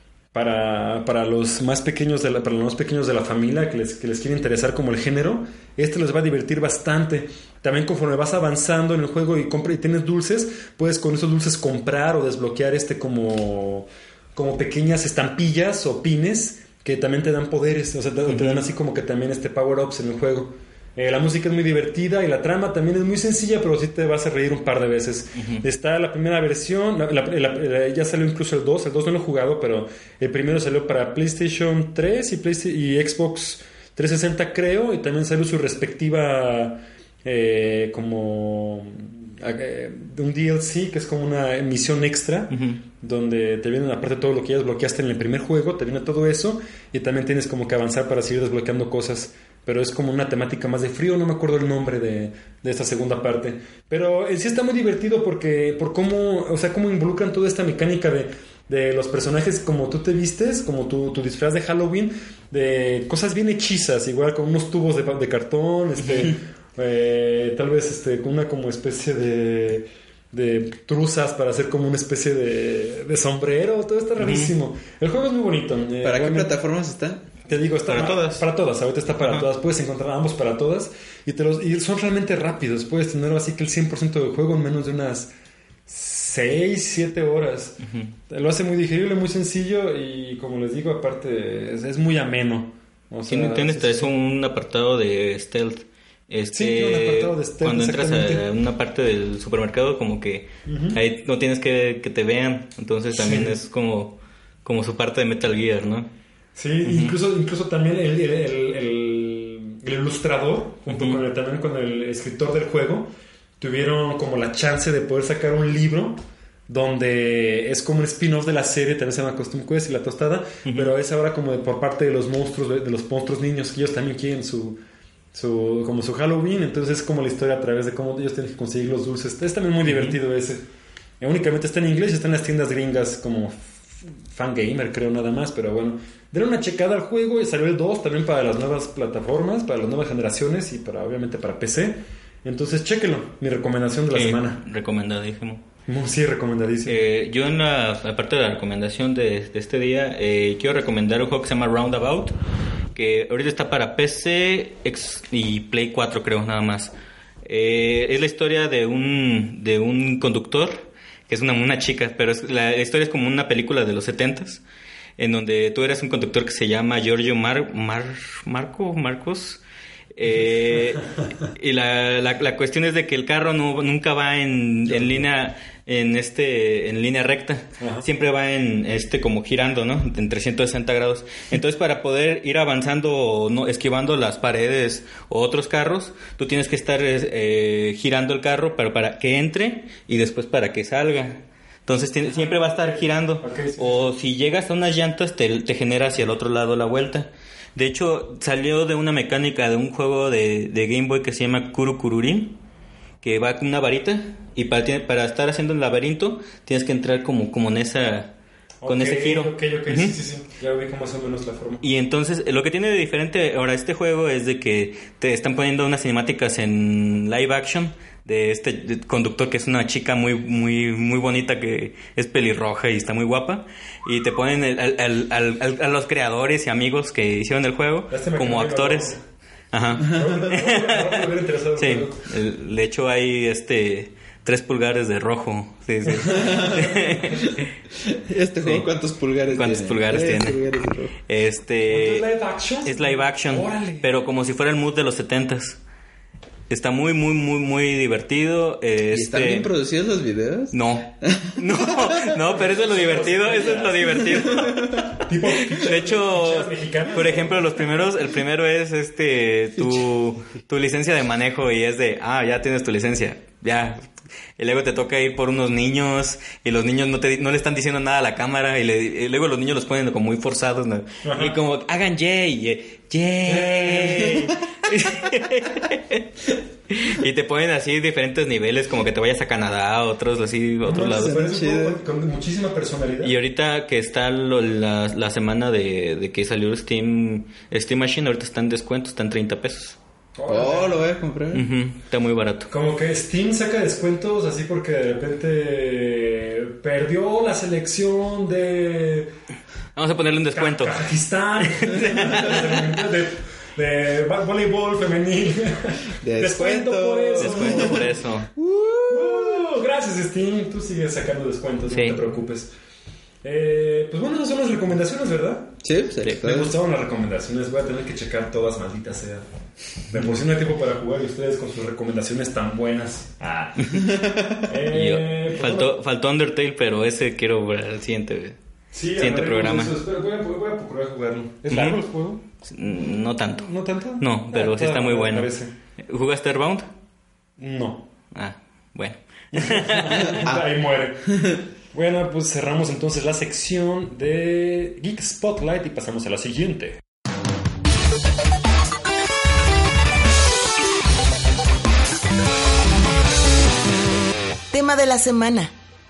Para, para los más pequeños de la, para los más pequeños de la familia que les, que les quiere interesar como el género, este les va a divertir bastante. También conforme vas avanzando en el juego y, compra, y tienes dulces, puedes con esos dulces comprar o desbloquear este como, como pequeñas estampillas o pines que también te dan poderes, o sea, te, uh-huh. te dan así como que también este power-ups en el juego. Eh, la música es muy divertida y la trama también es muy sencilla, pero sí te vas a reír un par de veces. Uh-huh. Está la primera versión, la, la, la, la, ya salió incluso el dos, el dos no lo he jugado, pero el primero salió para PlayStation tres y, PlayStation, y Xbox trescientos sesenta creo, y también salió su respectiva eh, como eh, un D L C, que es como una misión extra, uh-huh. donde te viene aparte de todo lo que ya desbloqueaste en el primer juego, te viene todo eso, y también tienes como que avanzar para seguir desbloqueando cosas. Pero es como una temática más de frío, no me acuerdo el nombre de, de esta segunda parte. Pero en sí está muy divertido porque por cómo, o sea, cómo involucran toda esta mecánica de, de los personajes como tú te vistes, como tu, tu disfraz de Halloween, de cosas bien hechizas, igual con unos tubos de, de cartón, este, eh, tal vez este, con una como especie de... de truzas para hacer como una especie de, de sombrero, todo está rarísimo. Uh-huh. El juego es muy bonito. ¿Para eh, qué realmente, plataformas está? Te digo, está para para todas. Para todas, ahorita está para uh-huh. todas. Puedes encontrar ambos para todas y, te los, y son realmente rápidos. Puedes tener así que el cien por ciento del juego en menos de unas seis, siete horas. Uh-huh. Lo hace muy digerible, muy sencillo y como les digo, aparte es, es muy ameno. O sea, Tiene, tienes es, eso un apartado de stealth. Este, sí, un apartado de stealth, cuando entras a una parte del supermercado como que uh-huh. ahí no tienes que que te vean, entonces también sí. es como como su parte de Metal Gear, ¿no? Sí, uh-huh. incluso incluso también el, el, el, el, el ilustrador junto uh-huh. con el, también con el escritor del juego tuvieron como la chance de poder sacar un libro donde es como un spin-off de la serie, también se llama Costume Quest y La Tostada, uh-huh. pero es ahora como de, por parte de los monstruos de, de los monstruos niños, que ellos también quieren su Su, como su Halloween, entonces es como la historia a través de cómo ellos tienen que conseguir los dulces. Es también muy uh-huh. divertido ese. Eh, únicamente está en inglés y está en las tiendas gringas como Fangamer, creo, nada más, pero bueno. Denle una checada al juego y salió el dos también para las nuevas plataformas, para las nuevas generaciones y para obviamente para P C. Entonces, chéquenlo, mi recomendación de la eh, semana. Recomendadísimo. Sí, recomendadísimo. Eh, yo en la, aparte de la recomendación de, de este día, eh, quiero recomendar un juego que se llama Roundabout, que ahorita está para P C X y Play cuatro creo nada más. Eh, es la historia de un de un conductor que es una, una chica, pero es, la, la historia es como una película de los setentas en donde tú eres un conductor que se llama Giorgio Mar, Mar Marco Marcos eh, y la, la, la cuestión es de que el carro no nunca va en, en línea en este en línea recta. Ajá. Siempre va en este como girando, ¿no? En trescientos sesenta grados. Entonces, para poder ir avanzando, no esquivando las paredes o otros carros, tú tienes que estar eh, girando el carro para para que entre y después para que salga. Entonces tiene, siempre va a estar girando. Okay, sí. O si llegas a unas llantas te, te genera hacia el otro lado la vuelta. De hecho, salió de una mecánica de un juego de, de Game Boy que se llama Kuru Kururin, que va con una varita y para, para estar haciendo un laberinto tienes que entrar como, como en esa... con okay, ese giro. Ok, ok, uh-huh. sí, sí, sí. Ya ubico más o menos la forma. Y entonces, lo que tiene de diferente ahora este juego es de que te están poniendo unas cinemáticas en live action de este conductor que es una chica muy muy muy bonita que es pelirroja y está muy guapa, y te ponen el, al, al, al, al, a los creadores y amigos que hicieron el juego como actores. Ajá. Sí, el, de hecho hay este tres pulgares de rojo. Sí, sí. Este juego, sí. ¿Cuántos pulgares ¿Cuántos tiene? pulgares tres tiene? Pulgares de rojo. ¿Es Este live action? Es live action, ¡órale! Pero como si fuera el mood de los setentas. Está muy, muy, muy, muy divertido. Este... ¿Y están bien producidos los videos? No. No, no, pero eso es lo divertido. Eso es lo divertido. Tipo, de hecho, por ejemplo, los primeros, el primero es este tu, tu licencia de manejo y es de, ah, ya tienes tu licencia. ya. Y luego te toca ir por unos niños y los niños no te no le están diciendo nada a la cámara y, le, y luego los niños los ponen como muy forzados, ¿no? Y como hagan yay, yay. Y te ponen así diferentes niveles, como que te vayas a Canadá, otros así, otros no, lados. Con, con muchísima personalidad. Y ahorita que está lo, la, la semana de, de que salió Steam Steam Machine, ahorita está en descuento, está en treinta pesos. Oh, lo voy a comprar. Uh-huh, está muy barato. Como que Steam saca descuentos así porque de repente perdió la selección de... Vamos a ponerle un descuento. Kazajistán. de, de voleibol femenil. De descuento descuento por eso. Descuento por eso. Uh, gracias Steam, tú sigues sacando descuentos, sí. No te preocupes. Eh, pues bueno, esas son las recomendaciones, ¿verdad? Sí, pues Sí. Me gustaron las recomendaciones, voy a tener que checar todas, maldita sea. Me puse un tiempo para jugar y ustedes con sus recomendaciones tan buenas. Ah. eh, Yo, faltó, bueno. faltó Undertale, pero ese quiero ver el siguiente, sí, siguiente programa. Eso, voy, a, voy a procurar jugarlo. ¿Es uh-huh. largo el juego? No tanto. ¿No tanto? No, pero ah, sí está muy bueno. Parece. ¿Jugaste Airbound? No. Ah, bueno. Ahí muere. Bueno, pues cerramos entonces la sección de Geek Spotlight y pasamos a la siguiente. Tema de la semana.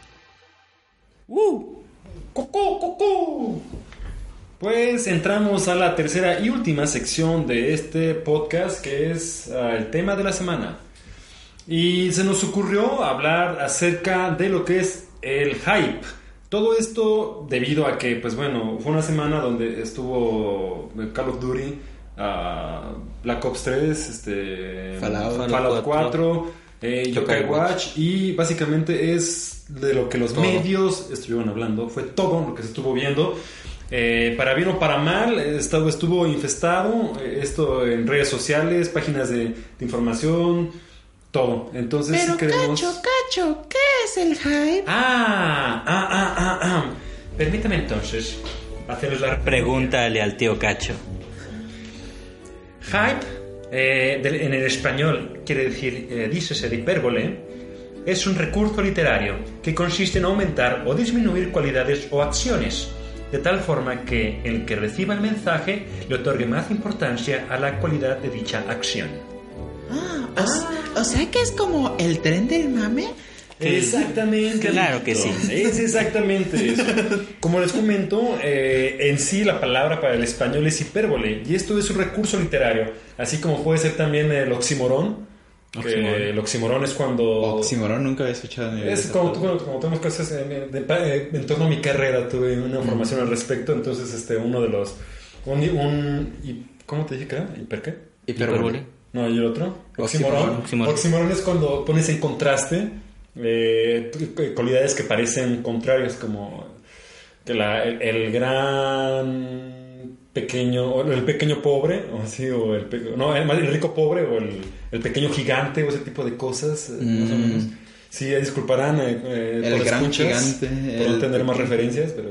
¡Uh! ¡Cocó, cocó! Pues entramos a la tercera y última sección de este podcast, que es uh, el tema de la semana. Y se nos ocurrió hablar acerca de lo que es el hype. Todo esto debido a que, pues bueno, fue una semana donde estuvo Call of Duty, uh, Black Ops tres, este, Fallout, Fallout cuatro, eh, Yokai Watch, y básicamente es de lo que los todo. medios estuvieron hablando, fue todo lo que se estuvo viendo. Eh, para bien o para mal, estuvo, estuvo infestado eh, esto en redes sociales, páginas de, de información, todo. Entonces, pero si queremos... Cacho, Cacho, ¿qué es el hype? Ah, ah, ah, ah, ah. Permítame entonces hacerles la Pregúntale al tío Cacho. Hype, eh, de, en el español, quiere decir, eh, dícese de hipérbole, es un recurso literario que consiste en aumentar o disminuir cualidades o acciones, de tal forma que el que reciba el mensaje le otorgue más importancia a la cualidad de dicha acción. Ah, o, o sea que es como el tren del mame. Exactamente. Claro que sí. Es exactamente eso. Como les comento, eh, en sí la palabra para el español es hipérbole, y esto es un recurso literario, así como puede ser también el oxímoron. Oxímoron. El oxímoron es cuando... Oxímoron nunca había escuchado ni Es como, como, como tenemos cosas en, en, en torno a mi carrera, tuve una formación al respecto, entonces este uno de los... Un, un, ¿Cómo te dije que era? ¿Hiper qué? Hipérbole. No, ¿y el otro? Oxímoron. Oxímoron. Oxímoron es cuando pones en contraste eh, cualidades que parecen contrarias, como que la, el, el gran pequeño, o el pequeño pobre, o así, o el, no, el rico pobre, o el, el pequeño gigante, o ese tipo de cosas, mm. más o menos. Sí, disculparán eh, eh, el por gran escuchas, gigante, por no el... tener más referencias, pero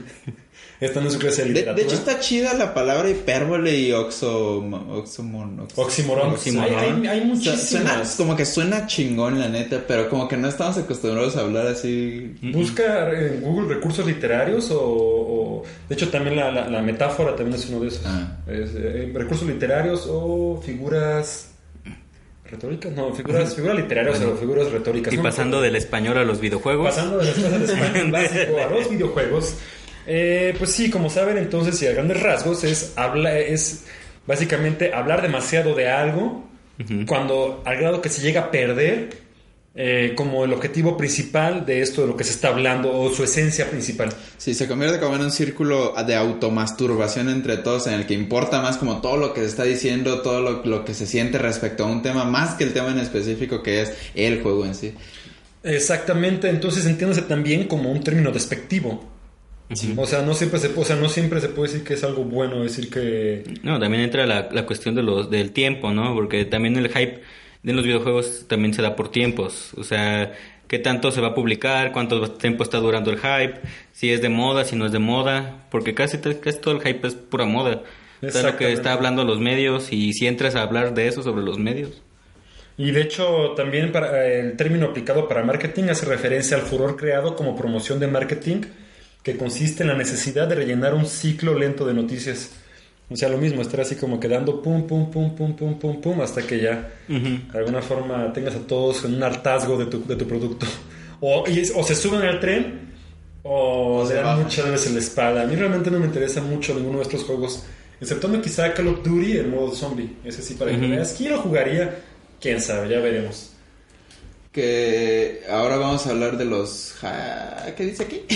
esta no es su clase de literatura. De, de hecho está chida la palabra hipérbole y oxo, oxomon, ox, oxímoron. oxímoron. Hay, hay, hay muchísimas. Suena, como que suena chingón, la neta, pero como que no estamos acostumbrados a hablar así. Busca en Google recursos literarios o... o de hecho, también la, la, la metáfora también es uno de esos. Ah. Es, eh, recursos literarios o figuras... ¿retóricas? No, figuras, figuras literarias bueno, o figuras retóricas. Y no pasando del español a los videojuegos. Pasando del español básico a los videojuegos. Eh, pues sí, como saben, entonces, y a grandes rasgos, es, habla, es básicamente hablar demasiado de algo uh-huh. cuando al grado que se llega a perder eh, como el objetivo principal de esto de lo que se está hablando o su esencia principal. Sí, se convierte como en un círculo de automasturbación entre todos en el que importa más como todo lo que se está diciendo, todo lo, lo que se siente respecto a un tema, más que el tema en específico que es el juego en sí. Exactamente, entonces entiéndase también como un término despectivo. Sí. O sea, no siempre se, o sea, no siempre se puede decir que es algo bueno, decir que... No, también entra la, la cuestión de los, del tiempo, ¿no? Porque también el hype de los videojuegos también se da por tiempos. O sea, qué tanto se va a publicar, cuánto tiempo está durando el hype, si es de moda, si no es de moda, porque casi, casi todo el hype es pura moda. Es lo que está hablando los medios, y si entras a hablar de eso sobre los medios. Y de hecho, también para el término aplicado para marketing hace referencia al furor creado como promoción de marketing, que consiste en la necesidad de rellenar un ciclo lento de noticias. O sea, lo mismo, estar así como quedando pum, pum, pum, pum, pum, pum, pum, hasta que ya uh-huh. de alguna forma tengas a todos en un hartazgo de tu, de tu producto. O, y, o se suben al tren o, o le dan muchas veces la espada. A mí realmente no me interesa mucho ninguno de estos juegos, exceptuando quizá Call of Duty en modo zombie. Ese sí, para uh-huh. que veas. ¿Quién lo jugaría? Quién sabe, ya veremos. Que ahora vamos a hablar de los... ¿Qué dice aquí?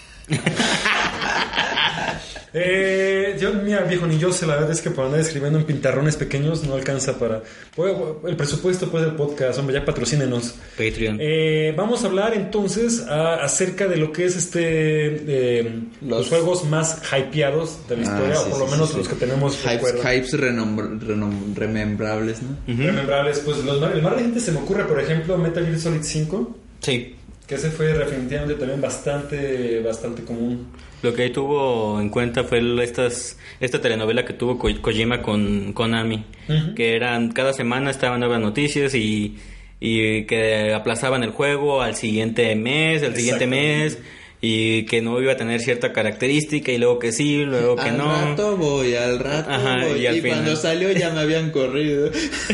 eh, yo, mira, viejo, ni yo sé, la verdad es que por andar escribiendo en pintarrones pequeños no alcanza para... El presupuesto pues del podcast, hombre, ya patrocínenos. Patreon. Eh, vamos a hablar entonces a, acerca de lo que es este eh, los... los juegos más hypeados de la historia, ah, sí, o por lo sí, menos sí, los sí. que tenemos Hypes, hypes renom- renom- remembrables, ¿no? Uh-huh. Remembrables, pues los más, el más reciente se me ocurre, por ejemplo, Metal Gear Solid cinco. Sí. Que ese fue definitivamente también bastante bastante común. Lo que ahí tuvo en cuenta fue estas esta telenovela que tuvo Ko- Kojima con Konami, uh-huh. que eran cada semana estaban nuevas noticias y, y que aplazaban el juego al siguiente mes, al siguiente mes, y que no iba a tener cierta característica y luego que sí, luego que al no. Al rato voy, al rato Ajá, voy. Y, y cuando salió ya me habían corrido.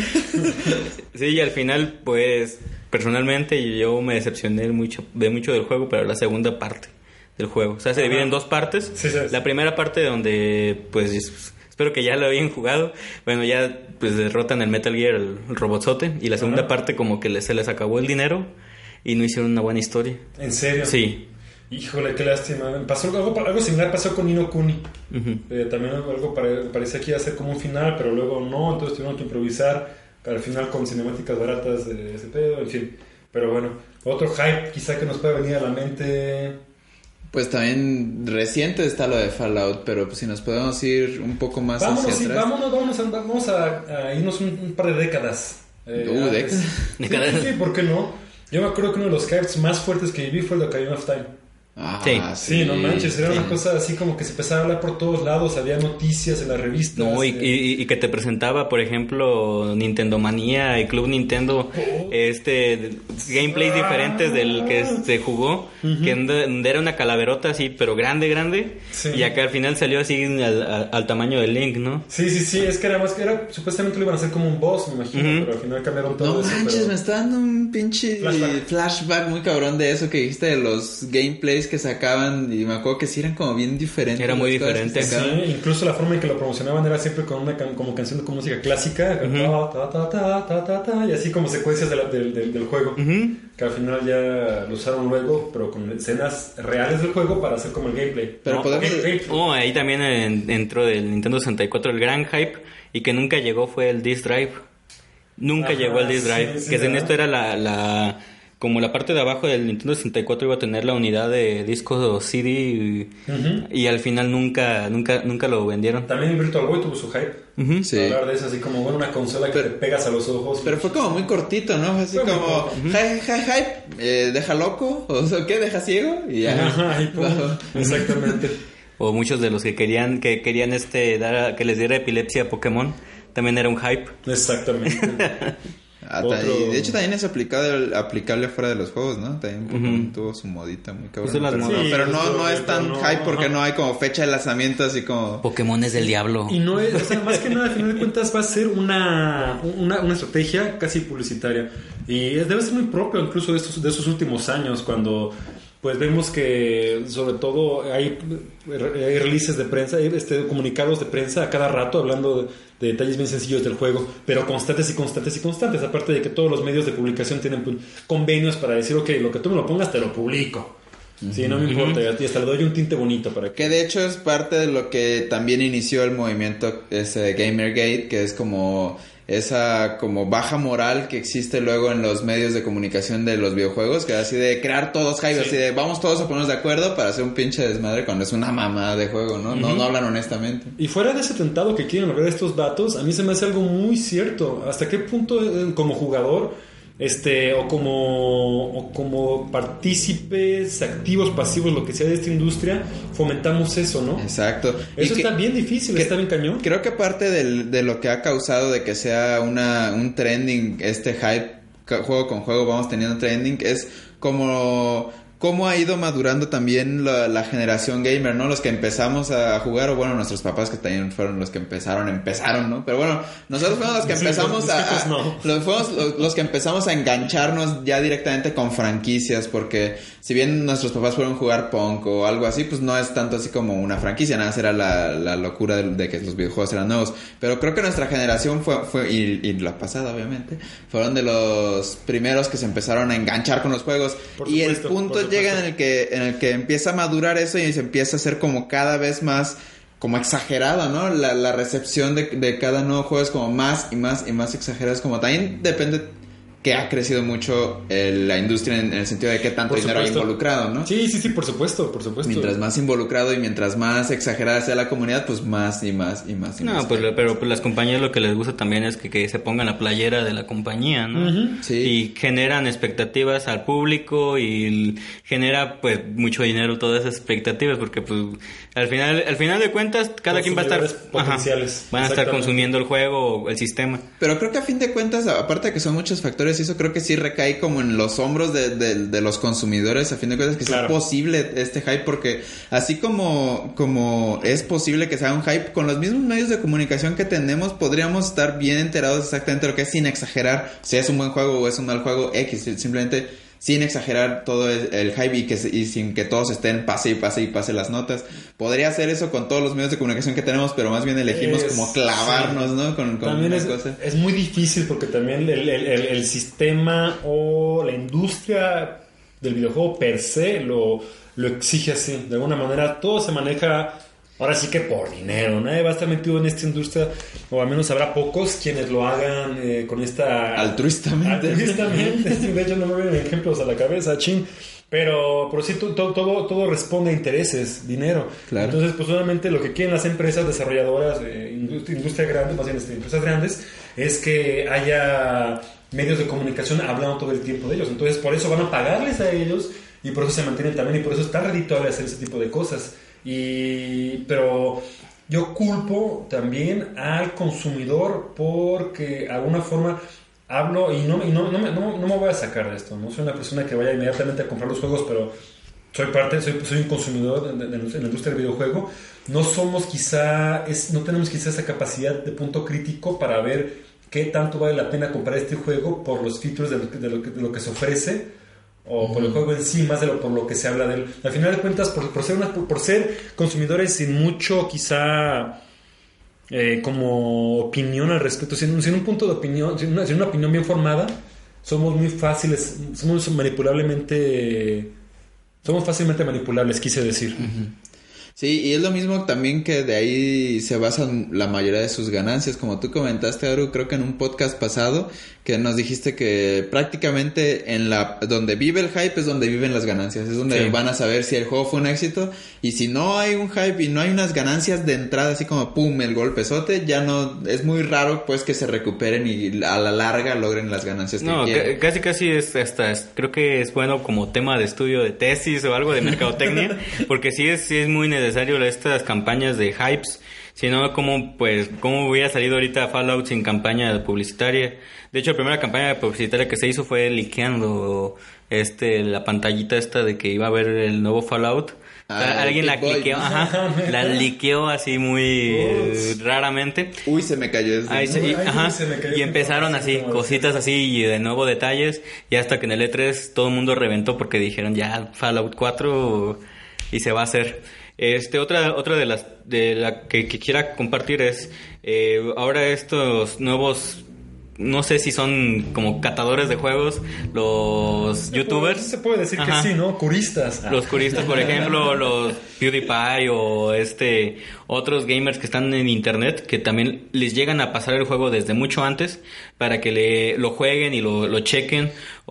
Sí, y al final pues... Personalmente yo me decepcioné mucho de mucho del juego, pero la segunda parte del juego. O sea, se divide en dos partes. Sí, sí, sí. La primera parte donde, pues, espero que ya lo hayan jugado. Bueno, ya pues derrotan el Metal Gear, el, el robotzote. Y la segunda Ajá. parte como que les, se les acabó el dinero y no hicieron una buena historia. ¿En serio? Sí. Híjole, qué lástima. Pasó algo, algo similar pasó con Ni no Kuni. Uh-huh. Eh, también algo pare, parecía que iba a ser como un final, pero luego no. Entonces tuvieron que improvisar. Al final con cinemáticas baratas de ese pedo, en fin. Pero bueno, otro hype quizá que nos pueda venir a la mente. Pues también reciente está lo de Fallout, pero pues si nos podemos ir un poco más vámonos, hacia sí, atrás. Vámonos, vámonos, a, vamos a, a irnos un, un par de décadas. Eh, uh, décadas. Sí, sí, ¿por qué no? Yo me acuerdo que uno de los hypes más fuertes que viví fue el de Ocarina of Time. Ah, sí. sí, sí, no manches, era sí. una cosa así como que se empezaba a hablar por todos lados, había noticias en las revistas. No, y, eh. y, y que te presentaba, por ejemplo, Nintendo Manía y Club Nintendo, oh. este gameplays ah. diferentes del que se jugó, uh-huh. que era una calaverota así, pero grande, grande, sí. y acá al final salió así al, al tamaño del Link, ¿no? Sí, sí, sí, es que era más que era, supuestamente lo iban a hacer como un boss, me imagino, uh-huh. pero al final cambiaron todo no eso. No manches, pero... me está dando un pinche flashback. flashback muy cabrón de eso que dijiste de los gameplays que sacaban, y me acuerdo que sí eran como bien diferentes. Era muy diferente. Sí, incluso la forma en que lo promocionaban era siempre con una can- como canción con música clásica, uh-huh. ta, ta, ta, ta, ta, ta, y así como secuencias de la, de, de, del juego, uh-huh. que al final ya lo usaron luego, pero con escenas reales del juego para hacer como el gameplay. Pero no, podemos... gameplay. Oh, ahí también en, dentro del Nintendo sesenta y cuatro el gran hype, y que nunca llegó fue el Disk Drive. Nunca Ajá, llegó el Disk Drive, sí, sí, que en esto era la... la como la parte de abajo del Nintendo sesenta y cuatro iba a tener la unidad de discos C D y, uh-huh. y al final nunca nunca nunca lo vendieron. También Virtual Boy tuvo su hype. Uh-huh. Sí. Hablar de eso así como bueno, una consola que pero, te pegas a los ojos. Pero fue como muy cortito, ¿no? Así fue como uh-huh. hype, hype, hype, eh, deja loco, o sea, ¿qué? Deja ciego y ya. Ajá, y pum. Exactamente. O muchos de los que querían que querían este dar que les diera epilepsia a Pokémon, también era un hype. Exactamente. Ah, y de hecho también es aplicable, aplicable fuera de los juegos, ¿no? También Pokémon uh-huh. tuvo su modita muy cabrón. Pero, sí, pero no, no es tan no, hype porque no. no hay como fecha de lanzamiento así como... Pokémon es del diablo. Y no es, o sea, más que nada, al final de cuentas va a ser una, una, una estrategia casi publicitaria. Y es, debe ser muy propio incluso de estos, de estos últimos años cuando... Pues vemos que sobre todo hay, hay releases de prensa, hay este, comunicados de prensa a cada rato hablando de, de detalles bien sencillos del juego, pero constantes y constantes y constantes, aparte de que todos los medios de publicación tienen pues, convenios para decir, ok, lo que tú me lo pongas te lo publico. Uh-huh. Sí, no me importa, y hasta le doy un tinte bonito para que... Que de hecho es parte de lo que también inició el movimiento ese Gamergate, que es como... esa como baja moral que existe luego en los medios de comunicación de los videojuegos, que así de crear todos hype, sí. así de vamos todos a ponernos de acuerdo para hacer un pinche desmadre cuando es una mamada de juego, ¿no? Uh-huh. No, no hablan honestamente. Y fuera de ese tentado que quieren lograr estos vatos, a mí se me hace algo muy cierto. ¿Hasta qué punto como jugador este o como o como partícipes activos, pasivos, lo que sea de esta industria, fomentamos eso, ¿no? Exacto. Eso y está que, bien difícil, que, está bien cañón. Creo que parte del, de lo que ha causado de que sea una un trending, este hype, juego con juego vamos teniendo trending, es como... cómo ha ido madurando también la, la generación gamer, ¿no? Los que empezamos a jugar, o bueno, nuestros papás que también fueron los que empezaron, empezaron, ¿no? Pero bueno, nosotros fuimos los que Sí, empezamos los a... a no. los, fuimos los, los que empezamos a engancharnos ya directamente con franquicias, porque si bien nuestros papás fueron a jugar Punk o algo así, pues no es tanto así como una franquicia, nada más era la, la locura de, de que los videojuegos eran nuevos. Pero creo que nuestra generación fue, fue y, y la pasada, obviamente, fueron de los primeros que se empezaron a enganchar con los juegos. Por y supuesto, el punto llega en el que en el que empieza a madurar eso y se empieza a hacer como cada vez más como exagerado, ¿no? La, la recepción de, de cada nuevo juego es como más y más y más exagerada. Es como también depende que ha crecido mucho el, la industria en, en el sentido de qué tanto Por dinero hay supuesto. involucrado, ¿no? Sí, sí, sí, por supuesto, por supuesto. Mientras más involucrado y mientras más exagerada sea la comunidad, pues más y más y más y No, más. pues, pero pues las compañías lo que les gusta también es que, que se pongan la playera de la compañía, ¿no? Ujú. Sí. Y generan expectativas al público y l- genera pues mucho dinero todas esas expectativas porque pues al final al final de cuentas cada quien va a estar Consumidores potenciales. van a estar Exactamente. consumiendo el juego o el sistema. Pero creo que a fin de cuentas, aparte de que son muchos factores, eso creo que sí recae como en los hombros de, de, de los consumidores, a fin de cuentas, que Claro. sea posible este hype, porque así como, como es posible que sea un hype, con los mismos medios de comunicación que tenemos, podríamos estar bien enterados exactamente de lo que es sin exagerar, si es un buen juego o es un mal juego, X, simplemente sin exagerar todo el, el hype y, que, y sin que todos estén pase y pase y pase las notas. Podría hacer eso con todos los medios de comunicación que tenemos, pero más bien elegimos Es- como clavarnos, sí. ¿no? Con, con También una es, cosa. es muy difícil porque también el, el, el, el sistema o la industria del videojuego per se lo, lo exige así. De alguna manera todo se maneja ahora sí que por dinero. Nadie va a estar metido en esta industria, o al menos habrá pocos quienes lo hagan eh, con esta... Altruistamente. Altruistamente. De hecho no me vienen ejemplos a la cabeza, chin. Pero, pero sí, todo, todo, todo responde a intereses, dinero. Claro. Entonces, pues obviamente lo que quieren las empresas desarrolladoras, eh, industria, industria grande, más bien este, empresas grandes, es que haya medios de comunicación hablando todo el tiempo de ellos. Entonces, por eso van a pagarles a ellos y por eso se mantienen también y por eso es tan redituable hacer ese tipo de cosas. Y, pero yo culpo también al consumidor porque de alguna forma hablo y no, y no, no, me, no, no me voy a sacar de esto. No soy una persona que vaya inmediatamente a comprar los juegos, pero soy parte, soy, soy un consumidor de, de, de la industria del videojuego. No somos quizá, es, no tenemos quizá esa capacidad de punto crítico para ver qué tanto vale la pena comprar este juego por los features de lo que, de lo que, de lo que se ofrece o por el juego en sí, más de lo por lo que se habla de él. Al final de cuentas, por, por, ser, una, por, por ser consumidores sin mucho quizá eh, como opinión al respecto, sin, sin un punto de opinión, sin una, sin una opinión bien formada, somos muy fáciles, somos manipulablemente, somos fácilmente manipulables, quise decir. Uh-huh. Sí, y es lo mismo también que de ahí se basan la mayoría de sus ganancias, como tú comentaste, Aru, creo que en un podcast pasado, que nos dijiste que prácticamente en la donde vive el hype es donde viven las ganancias, es donde sí. van a saber si el juego fue un éxito, y si no hay un hype y no hay unas ganancias de entrada, así como pum, el golpezote, ya no, es muy raro pues que se recuperen y a la larga logren las ganancias que No, quieren. c- casi casi es hasta, es- creo que es bueno como tema de estudio de tesis o algo de mercadotecnia, porque sí es, sí es muy necesario estas campañas de hypes, si no, ¿cómo, pues, cómo hubiera salido ahorita Fallout sin campaña publicitaria? De hecho, la primera campaña publicitaria que se hizo fue liqueando este, la pantallita esta de que iba a haber el nuevo Fallout. Ah, O sea, alguien la Big Boy. liqueó, ajá, la liqueó así muy eh, raramente. Uy, se me cayó eso. Ahí se- y, Ay, ajá, se me cayó y el empezaron así así, como cositas así y de nuevo detalles, y hasta que en el E tres todo el mundo reventó porque dijeron ya Fallout cuatro y se va a hacer. Este otra otra de las de la que, que quiera compartir es eh, ahora estos nuevos, no sé si son como catadores de juegos, los Se youtubers. puede- se puede decir Ajá. que sí, ¿no? Curistas. Los curistas, por ejemplo, los PewDiePie o este otros gamers que están en internet que también les llegan a pasar el juego desde mucho antes para que le lo jueguen y lo, lo chequen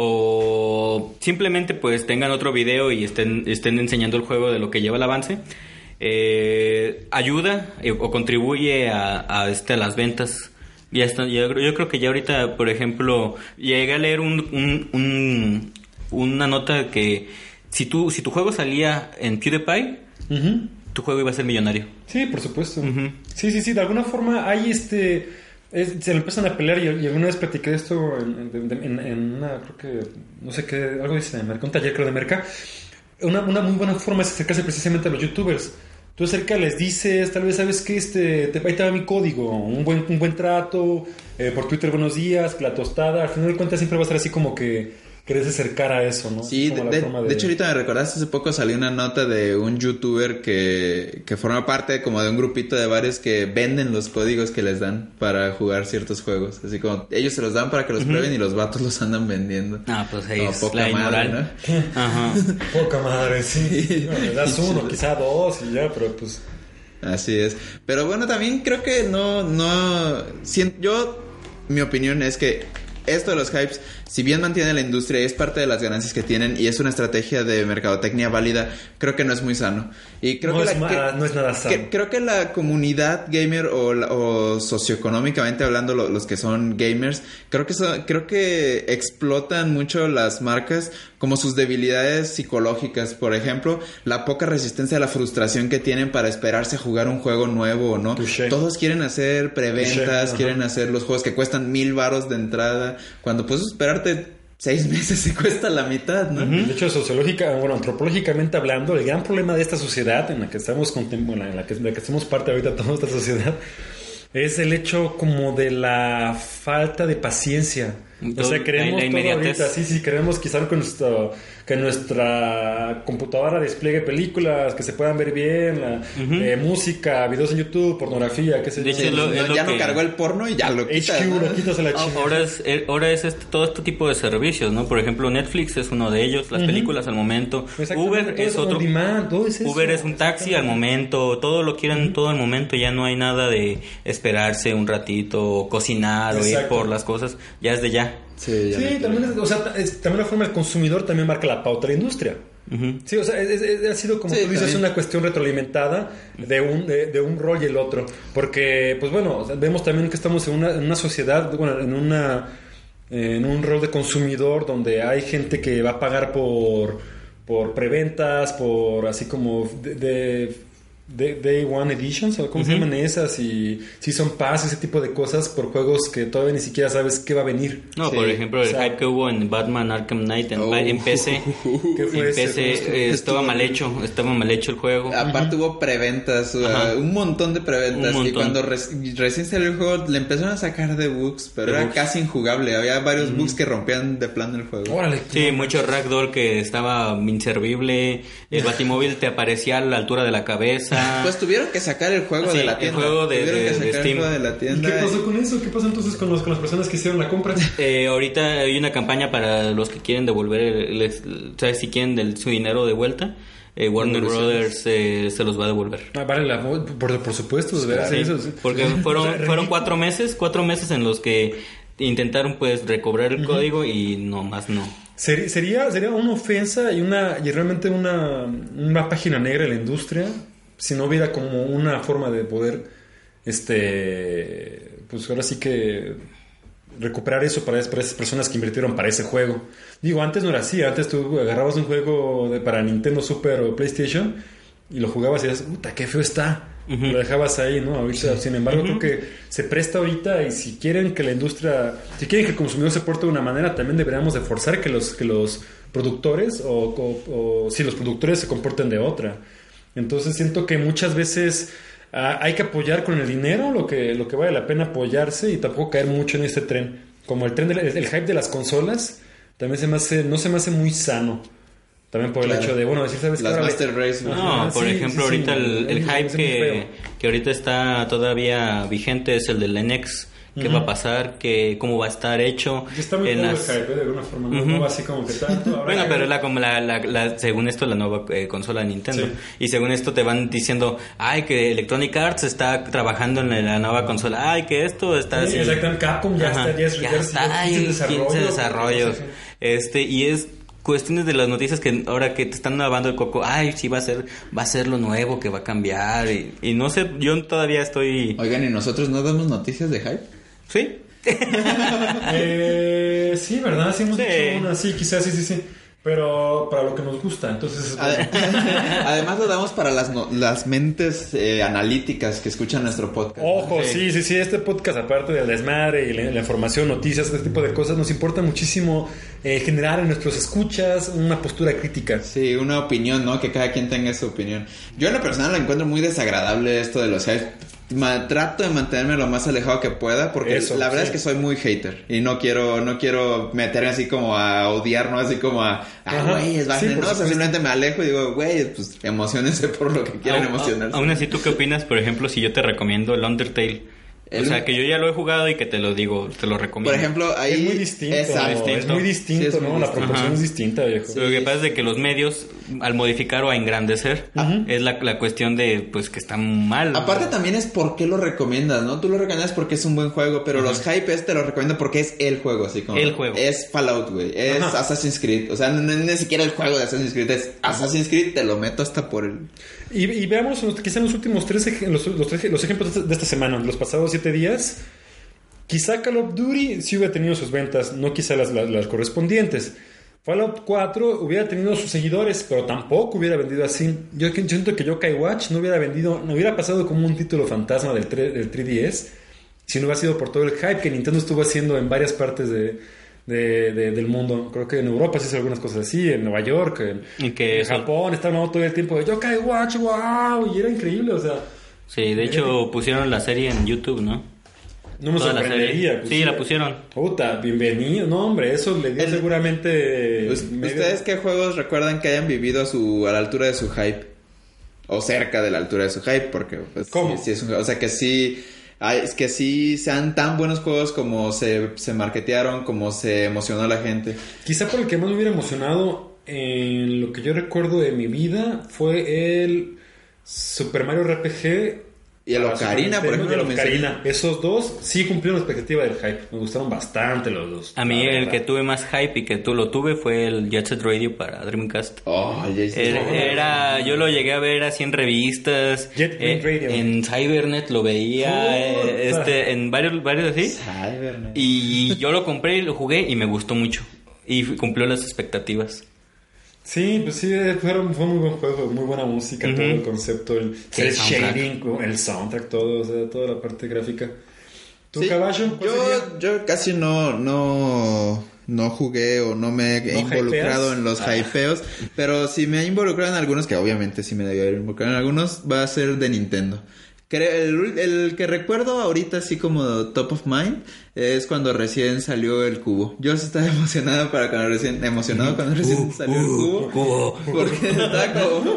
o simplemente pues tengan otro video y estén estén enseñando el juego de lo que lleva el avance. Eh, ayuda eh, o contribuye a, a este a las ventas Ya está, yo, yo creo que ya ahorita, por ejemplo, llegué a leer un, un, un una nota que si tú si tu juego salía en PewDiePie, uh-huh. tu juego iba a ser millonario. Sí, por supuesto. Uh-huh. Sí, sí, sí, de alguna forma hay este... Es, se lo empiezan a pelear y, y alguna vez platiqué esto en, en, en, en una, creo que, no sé qué, algo dice de Merca, un taller creo de Merca. Una, una muy buena forma es acercarse precisamente a los youtubers. Tú acerca les dices, tal vez sabes que este, te, ahí te va mi código, un buen, un buen trato, eh, por Twitter buenos días, la tostada, al final de cuentas siempre va a ser así como que querés acercar a eso, ¿no? Sí, de, de, de... de hecho ahorita me recordaste, hace poco salió una nota de un youtuber que, que forma parte como de un grupito de varios que venden los códigos que les dan para jugar ciertos juegos, así como ellos se los dan para que los uh-huh. prueben y los vatos los andan vendiendo. Ah, pues ahí es poca la madre, inmoral, ¿no? Ajá. Poca madre, sí. No, le das uno, quizá dos y ya, pero pues... Así es. Pero bueno, también creo que no, no... Yo, mi opinión es que esto de los hypes, si bien mantiene la industria y es parte de las ganancias que tienen y es una estrategia de mercadotecnia válida, creo que no es muy sano. Y creo no, que es la, ma- que, no es nada sano. Que, creo que la comunidad gamer o, la, o socioeconómicamente hablando, lo, los que son gamers, creo que, son, creo que explotan mucho las marcas como sus debilidades psicológicas. Por ejemplo, la poca resistencia a la frustración que tienen para esperarse a jugar un juego nuevo o no. Touché. Touché. Todos quieren hacer preventas, quieren hacer los juegos que cuestan mil varos de entrada, cuando puedes esperarte seis meses y cuesta la mitad, ¿no? Uh-huh. De hecho, sociológica, bueno, antropológicamente hablando, el gran problema de esta sociedad en la que estamos contem- bueno, en la que, en la que somos parte ahorita toda esta sociedad es el hecho como de la falta de paciencia. O sea, queremos todo ahorita, sí, sí, queremos quizá que, nuestro, que nuestra computadora despliegue películas que se puedan ver bien, la, uh-huh. eh, música, videos en YouTube, pornografía, qué sé yo. Sí, lo, no, ya que... no cargó el porno y ya lo quitas. H Q, ¿no? lo quitas a la chingada. Ahora es, ahora es este, todo este tipo de servicios, ¿no? Por ejemplo, Netflix es uno de ellos, las uh-huh. películas al momento. Uber es otro. Demand, todo es eso. Uber es un taxi al momento, todo lo quieren uh-huh. todo al momento, ya no hay nada de esperarse un ratito, o cocinar Exacto. o ir por las cosas, ya es de ya. Sí, sí también, es, o sea, es, también la forma del consumidor también marca la pauta de la industria. Uh-huh. Sí, o sea, es, es, ha sido como sí, tú dices, también. Una cuestión retroalimentada de un, de, de un rol y el otro. Porque, pues bueno, o sea, vemos también que estamos en una, en una sociedad, bueno, en una en un rol de consumidor donde hay gente que va a pagar por, por preventas, por así como de... de De, Day One Editions, o cómo uh-huh. se llaman esas, y Season Pass, ese tipo de cosas por juegos que todavía ni siquiera sabes qué va a venir. No, sí. Por ejemplo, el o sea, hype que hubo en Batman Arkham Knight en, oh. en P C. ¿Qué fue en P C eh, estaba mal hecho, estaba mal hecho el juego. Aparte uh-huh. hubo preventas, uh, un montón de preventas. Montón. Y cuando re- recién salió el juego, le empezaron a sacar de bugs, pero de era bugs. Casi injugable. Había varios uh-huh. bugs que rompían de plano el juego. Órale, sí, no, mucho ragdoll que estaba inservible. El Batimóvil te aparecía a la altura de la cabeza. Pues tuvieron que sacar el juego sí, de la tienda. El juego de, tuvieron de, que sacar de Steam. El juego de la tienda. ¿Y qué pasó con eso? ¿Qué pasó entonces con, los, con las personas que hicieron la compra? Eh, ahorita hay una campaña para los que quieren devolver, el, el, ¿sabes? Si quieren del, su dinero de vuelta. Eh, Warner Brothers eh, se los va a devolver. Ah, vale, la, por, por supuesto, deberá sí, hacer eso. Sí. Porque fueron, o sea, fueron cuatro meses, cuatro meses en los que intentaron pues recobrar el uh-huh. código y no más no. Sería, sería, sería una ofensa y una y realmente una, una página negra en la industria si no hubiera como una forma de poder, este, pues ahora sí que recuperar eso para, para esas personas que invirtieron para ese juego. Digo, antes no era así. Antes tú agarrabas un juego de, para Nintendo Super o PlayStation y lo jugabas y decías, puta, qué feo está. Uh-huh. Lo dejabas ahí, ¿no? Ahorita, sí. Sin embargo, uh-huh. creo que se presta ahorita y si quieren que la industria, si quieren que el consumidor se porte de una manera, también deberíamos de forzar que los, que los productores o, o, o si los productores se comporten de otra. Entonces siento que muchas veces uh, hay que apoyar con el dinero lo que, lo que vale la pena apoyarse y tampoco caer mucho en este tren. Como el tren del el, el hype de las consolas, también se me hace, no se me hace muy sano. También por el claro. hecho de, bueno, decir, ¿sabes qué? Las Master Race. No, no por sí, ejemplo, sí, ahorita sí, el, el hype que, que ahorita está todavía vigente es el del N X. ¿Qué uh-huh. va a pasar? ¿Qué, ¿Cómo va a estar hecho? Está muy en las... el hype, de alguna forma. No, uh-huh. no va así como que tanto. Bueno, pero la, como la, la, la, según esto, la nueva eh, consola de Nintendo. Sí. Y según esto te van diciendo, ay, que Electronic Arts está trabajando en la nueva consola. Ay, que esto está sí, así. Exactamente. Capcom ya Ajá. está. Ya, es, ya, ya está. Hay quince desarrollos. Este, y es... cuestiones de las noticias que ahora que te están lavando el coco, ay, sí va a ser va a ser lo nuevo que va a cambiar y, y no sé, yo todavía estoy... Oigan, ¿y nosotros no damos noticias de hype? ¿Sí? eh, sí, ¿verdad? Sí hemos Sí. hecho una, sí, quizás, sí, sí, sí. Pero para lo que nos gusta, entonces... Ade- Además lo damos para las, no- las mentes eh, analíticas que escuchan nuestro podcast. Ojo, Sí. sí, sí, sí, este podcast, aparte del desmadre y la, la información, noticias, este tipo de cosas, nos importa muchísimo eh, generar en nuestros escuchas una postura crítica. Sí, una opinión, ¿no? Que cada quien tenga su opinión. Yo en lo personal lo encuentro muy desagradable esto de los hypes. Ma- trato de mantenerme lo más alejado que pueda porque Eso, la verdad sí. es que soy muy hater y no quiero no quiero meterme así como a odiar, no así como a ah Ajá. güey, es Sí, Wagner, por no, o sea, supuesto. simplemente me alejo y digo, güey, pues emocionense por lo que quieran Aún- emocionarse. Aún así, ¿tú qué opinas, por ejemplo, si yo te recomiendo el Undertale? El- O sea, que yo ya lo he jugado y que te lo digo, te lo recomiendo. Por ejemplo, ahí Es muy distinto, Exacto. es muy distinto, Sí, es muy ¿no? La distinto. proporción Ajá. es distinta, viejo. Lo que pasa es de que los medios, al modificar o a engrandecer, Ajá. es la, la cuestión de, pues, que está mal. Aparte también es por qué lo recomiendas, ¿no? Tú lo recomiendas porque es un buen juego, pero Ajá. los hypes te lo recomiendo porque es el juego, así como... El juego. Es Fallout, güey. Es Ajá. Assassin's Creed. O sea, no, no es ni siquiera el juego de Assassin's Creed, es Assassin's Creed, te lo meto hasta por el... Y, y veamos los- quizá en los últimos tres, ej- los, los, tres- los ejemplos de esta, de esta semana, los pasados siete días. Quizá Call of Duty sí hubiera tenido sus ventas, no quizá las, las, las correspondientes. Fallout cuatro hubiera tenido sus seguidores, pero tampoco hubiera vendido así. Yo, yo siento que Yokai Watch no hubiera vendido, no hubiera pasado como un título fantasma del, tre- del tres D S si no hubiera sido por todo el hype que Nintendo estuvo haciendo en varias partes de, de- de- del mundo. Creo que en Europa se hizo algunas cosas así, en Nueva York, en, Y que en eso- Japón, estaban hablando todo el tiempo de Yokai Watch, wow, y era increíble, o sea... Sí, de hecho, pusieron la serie en YouTube, ¿no? No me Toda la sorprendería. serie. pues, Sí, la pusieron. Puta, bienvenido. No, hombre, eso le dio El- seguramente... Pues, medio- ¿Ustedes qué juegos recuerdan que hayan vivido a, su, a la altura de su hype? O cerca de la altura de su hype, porque... Pues, ¿Cómo? Sí, sí es un- o sea, que sí... ay, es que sí sean tan buenos juegos como se, se marketearon, como se emocionó la gente. Quizá por el que más me hubiera emocionado en lo que yo recuerdo de mi vida fue el Super Mario R P G... Y el para Ocarina, Super por Nintendo, ejemplo, y el lo Ocarina. Esos dos sí cumplieron la expectativa del hype. Me gustaron bastante los dos. A mí la el verdad. que tuve más hype y que tú lo tuve fue el Jet Set Radio para Dreamcast. Oh, ya hice- Era, era- yo lo llegué a ver así en revistas, Jet eh, Radio. en Cybernet lo veía, Puta. eh, este, en varios, varios así. Cybernet. Y yo lo compré y lo jugué y me gustó mucho. Y f- cumplió las expectativas. Sí, pues sí, fueron, fue muy buen juego, muy buena música, Ujú. todo el concepto, el, Sí, el el soundtrack. shading, el soundtrack, todo, o sea, toda la parte gráfica. ¿Tu Sí, caballo? ¿Cuál sería? Yo, yo casi no, no, no jugué o no me he ¿No involucrado hypeas? en los Ah. hypeos, pero si me he involucrado en algunos, que obviamente sí me debía haber involucrado en algunos, va a ser de Nintendo. Creo- El, el que recuerdo ahorita así como top of mind es cuando recién salió el cubo. Yo sí estaba emocionado para cuando recién, emocionado cuando recién salió el cubo. Cubo. Porque estaba como...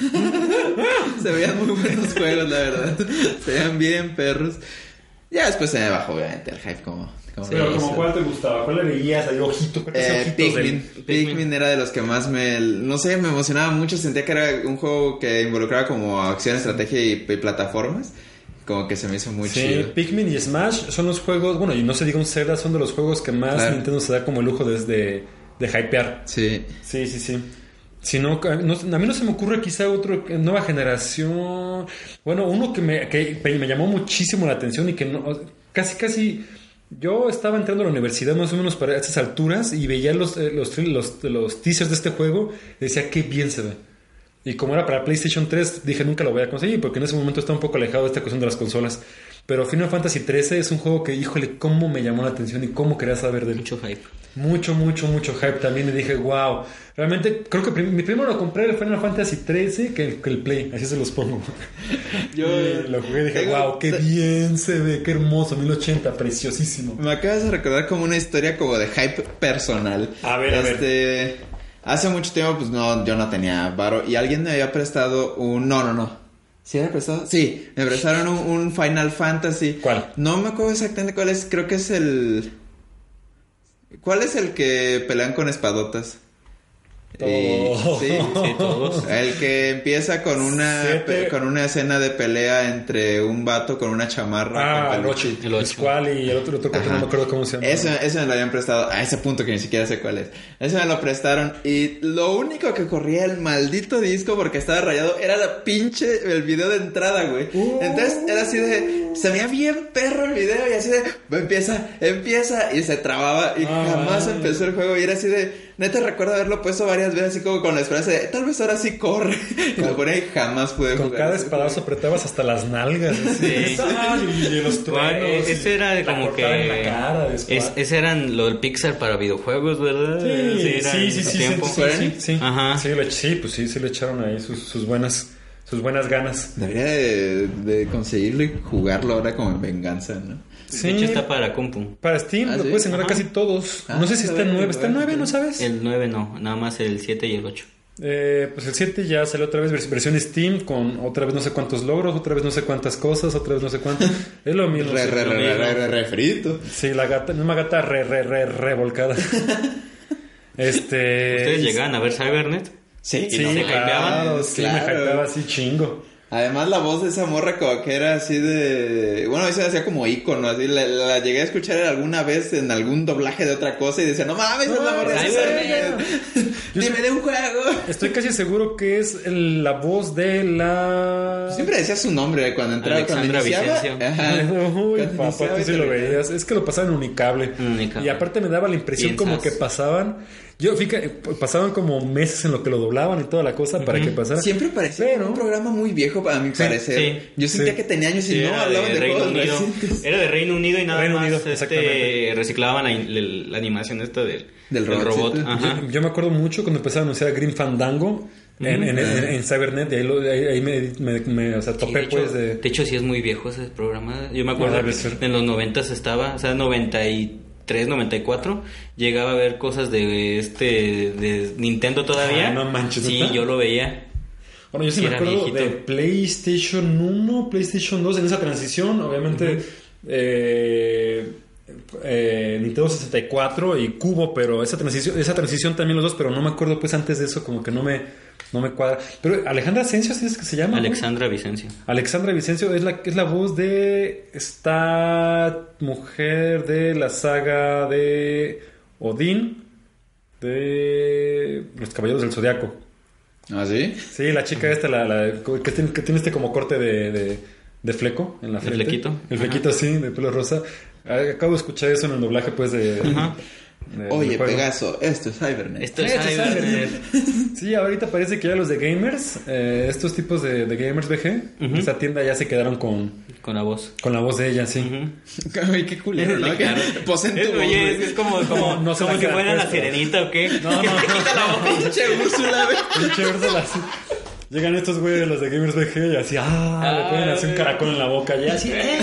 se veían muy buenos juegos, la verdad. Se veían bien perros. Ya después se me bajó, obviamente, el hype como... como Pero lo como hizo. cuál te gustaba, ¿cuál le veías ahí ojito? ¿Cuál es Eh, ojitos Pikmin. del- Pikmin era de los que más me... No sé, me emocionaba mucho. Sentía que era un juego que involucraba como acción, estrategia y, y plataformas. Como que se me hizo muy Sí, chido. Pikmin y Smash son los juegos, bueno, y no se diga un Zelda, son de los juegos que más Claro. Nintendo se da como el lujo desde de hypear. Sí. Sí, sí, sí. Si no, no, a mí no se me ocurre quizá otro, eh, nueva generación. Bueno, uno que me, que me llamó muchísimo la atención y que no, casi, casi... Yo estaba entrando a la universidad más o menos para estas alturas y veía los, eh, los, los, los teasers de este juego y decía, qué bien se ve. Y como era para PlayStation tres, dije, nunca lo voy a conseguir porque en ese momento estaba un poco alejado de esta cuestión de las consolas. Pero Final Fantasy trece es un juego que, híjole, cómo me llamó la atención y cómo quería saber de él. Mucho hype. Mucho, mucho, mucho hype también. Y dije, wow. Realmente, creo que prim- mi primero lo compré el Final Fantasy trece que el, que el Play. Así se los pongo. Yo Y lo jugué y dije, tengo- wow, qué bien se ve, qué hermoso. mil ochenta, preciosísimo. Me acabas de recordar como una historia como de hype personal. A ver, a ver. este, hace mucho tiempo, pues no, yo no tenía varo. Y alguien me había prestado un... No, no, no. ¿Sí era prestado? Sí, me prestaron un, un Final Fantasy. ¿Cuál? No me acuerdo exactamente cuál es. Creo que es el... ¿Cuál es el que pelean con espadotas? Oh. Y- sí, Sí, todos. el que empieza con una Siete. pe- con una escena de pelea entre un vato con una chamarra. Ah, el con ocho. peluche. El ocho. Pascual y el otro, el otro cuate, Ajá. no me acuerdo cómo se llama. Ese, ese me lo habían prestado a ese punto que ni siquiera sé cuál es. Ese me lo prestaron y lo único que corría el maldito disco porque estaba rayado era la pinche el video de entrada, güey. Uh. Entonces era así de se veía bien perro el video y así de empieza, empieza y se trababa y Ah, jamás vale. empezó el juego y era así de neta recuerdo haberlo puesto varias veces así como con la esperanza de tal vez ahora sí corre. Y lo ponía y jamás pude Con jugar. cada ese espadazo juego. apretabas hasta las nalgas. Sí. Ay, y los Bueno, truenos. ese era la como cortada en la que cara de Squall. es, ese eran lo del Pixar para videojuegos, ¿verdad? Sí, era sí, en sí, su sí, tiempo. sí, sí, sí, Ajá. sí, le- sí, pues sí, sí le echaron ahí sus, sus buenas, sus buenas ganas. Debería de, de conseguirlo y jugarlo ahora como en venganza, ¿no? Sí. De hecho está para compu. Para Steam Ah, lo ¿sí? puedes encontrar Ajá. casi todos. Ah, No sé si a está ver, en nueve. a ¿Está en ver, nueve? a ¿No ver. sabes? El nueve no, nada más el siete y el ocho. Eh, pues el siete ya salió otra vez vers- versión Steam con otra vez no sé cuántos logros, otra vez no sé cuántas cosas, otra vez no sé cuánto. Es lo mismo. Re, sí, re, lo re, mismo. re, re, re frito. Sí, la gata, una gata re, re, re, revolcada. Este. ¿Ustedes llegaban a ver Cybernet? Sí, Sí, no se claro, hypeaban? sí, me Claro. hypeaba así chingo. Además la voz de esa morra como que era así de... Bueno, se hacía como ícono, así la, la llegué a escuchar alguna vez en algún doblaje de otra cosa y decía, no mames, es la No, morra de ay, Cybernet. Dime de un juego. Estoy casi seguro que es el- la voz de la. Siempre decía su nombre cuando entraba, cuando Alexandra iniciaba. Vicencio. Ajá. Uy, Cuando papá, iniciaba tú y sí lo terminaba. veías. Es que lo pasaban en Unicable. Unicable. Y aparte me daba la impresión Piensas. como que pasaban. Yo, fíjate, pasaban como meses en lo que lo doblaban y toda la cosa para que pasara. Siempre parecía Pero- un programa muy viejo para mi parecer. sí, Yo sentía sí. que tenía años y Sí, no era hablaban de, Reino juegos Unido. recientes. Era de Reino Unido y nada Reino más Unido, este, exactamente. reciclaban la, la- la animación esta del, Del del robotcito. robot. Ajá. Yo, yo me acuerdo mucho cuando empezaron a anunciar Green Fandango en, en, en, en Cybernet. Y ahí, lo- ahí, ahí me, me, me- o sea, Sí, topé de, hecho, pues de. de hecho sí es muy viejo ese programa. Yo me acuerdo Ah, debe que ser. en los noventas estaba, o sea, noventa y tres, noventa y cuatro, llegaba a ver cosas de este de Nintendo todavía. Ah, no manches, Sí, ¿neta? yo lo veía. Bueno, yo sí Sí, me era acuerdo viejito. de PlayStation uno, PlayStation dos, en esa transición, obviamente, eh, eh, Nintendo sesenta y cuatro y Cubo, pero esa transición, esa transición también los dos, pero no me acuerdo pues antes de eso, como que no me, no me cuadra. Pero Alejandra Asensio, ¿sí es que se llama? ¿no? Alexandra Vicencio. Alexandra Vicencio es la, es la voz de esta mujer de la saga de Odín, de Los Caballeros del Zodiaco. ¿Ah, sí? Sí, la chica esta, la, la- que, tiene, que tiene este como corte de, de, de fleco en la ¿El frente. flequito? El flequito, sí, de pelo rosa. Ah, Acabo de escuchar eso en el doblaje, pues, de... Ajá. de- Oye, del juego. Pegaso, esto es Cybernet. Esto es Esto es Cybernet. Sí, ahorita parece que ya los de gamers, eh, estos tipos de, de gamers V G, Ujú. esa tienda ya se quedaron con, Con la voz. con la voz de ella, sí. Ujú. Ay, qué culero, ¿no? Claro. Posen tu Es, voz, oye, güey. es, es como, como, No, no se como la si queda fuera la puesta. sirenita o qué. No, no, no. Pinche Úrsula, güey. Pinche Úrsula, así. Llegan estos güeyes, los de gamers V G, y así, ah, le ponen así un caracol en la boca, y así, ¡eh!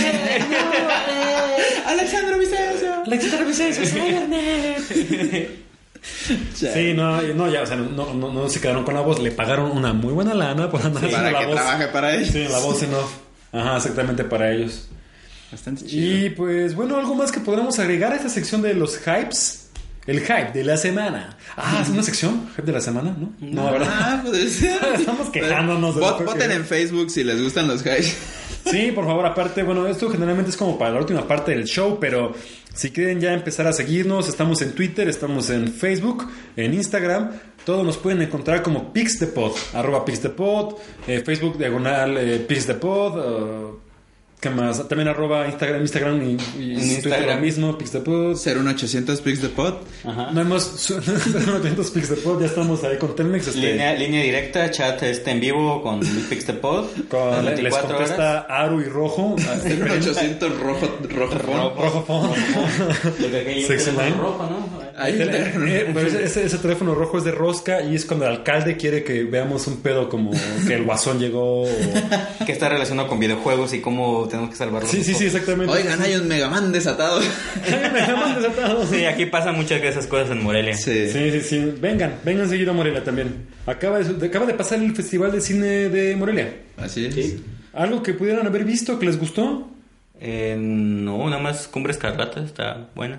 Alexandra Vicencio. Alexandra Vicencio, Cybernet. Sí, no, no, ya, o sea, no, no, no se quedaron con la voz, le pagaron una muy buena lana por andar haciendo Para la que voz. trabaje para ellos. Sí, la voz en off. Ajá, exactamente para ellos. Bastante chido. Y pues, bueno, algo más que podamos agregar a esta sección de los hypes. El hype de la semana. Ah, ¿es una sección? ¿Hype de la semana? ¿No? No, ¿verdad? Ah, puede ser. Estamos quejándonos de Vot- lo que- Voten en Facebook si les gustan los highs. Sí, por favor, aparte, bueno, esto generalmente es como para la última parte del show, pero si quieren ya empezar a seguirnos, estamos en Twitter, estamos en Facebook, en Instagram, todos nos pueden encontrar como PixThePod, arroba PixThePod, eh, Facebook diagonal eh, PixThePod, uh, ¿qué más? También arroba Instagram, Instagram y, y En Twitter Instagram. lo mismo, PixThePod. cero uno ochocientos Pix de Pod. Ajá. No hemos novecientos PixThePod, ya estamos ahí con Telmex. Este, Línea, línea directa, chat este en vivo con Pixtepod. con, las les veinticuatro contesta horas. Aru y Rojo. cero uno ochocientos rojo, rojo, phone. Rojo Phone. Porque aquí hay un Sexy teléfono line. rojo, ¿no? Ahí Eh, está. eh, pero ese, ese- ese teléfono rojo es de rosca y es cuando el alcalde quiere que veamos un pedo como que el guasón llegó. o- Que está relacionado con videojuegos y cómo tenemos que salvarlo. Sí, sí, sí, exactamente. Oigan, hay un Megaman desatado. Ay, me llaman desatado. Sí, aquí pasan muchas de esas cosas en Morelia. Sí. Sí, sí, sí. Vengan, vengan seguido a Morelia también. Acaba de, acaba de pasar el Festival de Cine de Morelia. Así es. Sí. ¿Algo que pudieran haber visto que les gustó? Eh, no, nada más Cumbre Escarlata está buena.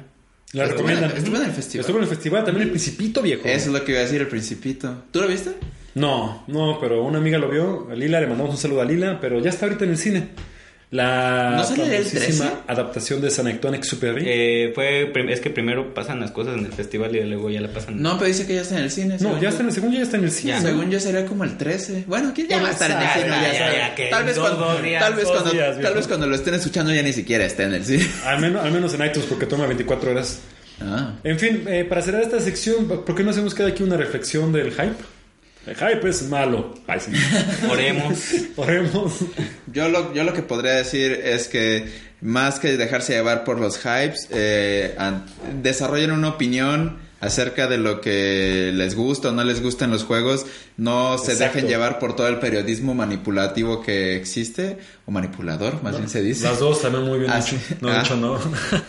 La Estuvo recomiendan. en- estuvo en el festival. Estuvo en el festival, también el Principito, viejo. Eso es lo que iba a decir, el Principito. ¿Tú lo viste? No, no, pero una amiga lo vio, a Lila, le mandamos un saludo a Lila, pero ya está ahorita en el cine. La ¿No sale el famosísima trece? adaptación de Sanectón Exupéry. Eh, fue, prim- es que primero pasan las cosas en el festival y luego ya la pasan. No, pero dice que ya está en el cine. no, según ya yo. está en el segundo, ya está en el cine. Ya. ¿no? Según yo sería como el trece. Bueno, ¿quién ya Bueno, va a estar en el ya, cine? ya, Ya, ya, sabe. ya, que Tal vez dos, cuando, dos días, tal vez dos cuando, días, tal viejo. vez cuando lo estén escuchando ya ni siquiera esté en el cine. Al menos, al menos en iTunes, porque toma veinticuatro horas. Ah. En fin, eh, para cerrar esta sección, ¿por qué no hacemos cada aquí una reflexión del hype? El hype es malo. Ay, sí. Oremos. Oremos. Yo lo, yo lo que podría decir es que más que dejarse llevar por los hypes, eh, an- desarrollen una opinión acerca de lo que les gusta o no les gusta en los juegos. No se Exacto. dejen llevar por todo el periodismo manipulativo que existe, o manipulador, más bien se dice. Las dos también muy bien Ah, dicho. sí. No, de Ah. hecho no.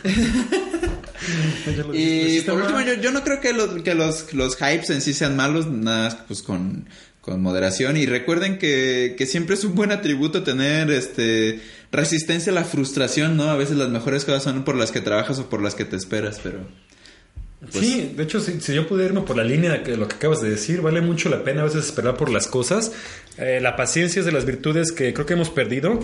Y por último, yo, yo no creo que, los, que los, los hypes en sí sean malos, nada más pues con, con moderación. Y recuerden que, que siempre es un buen atributo tener este resistencia a la frustración, ¿no? A veces las mejores cosas son por las que trabajas o por las que te esperas, pero... pues, Sí, de hecho, si, si yo pudiera irme por la línea de que lo que acabas de decir, vale mucho la pena a veces esperar por las cosas. Eh, la paciencia es de las virtudes que creo que hemos perdido.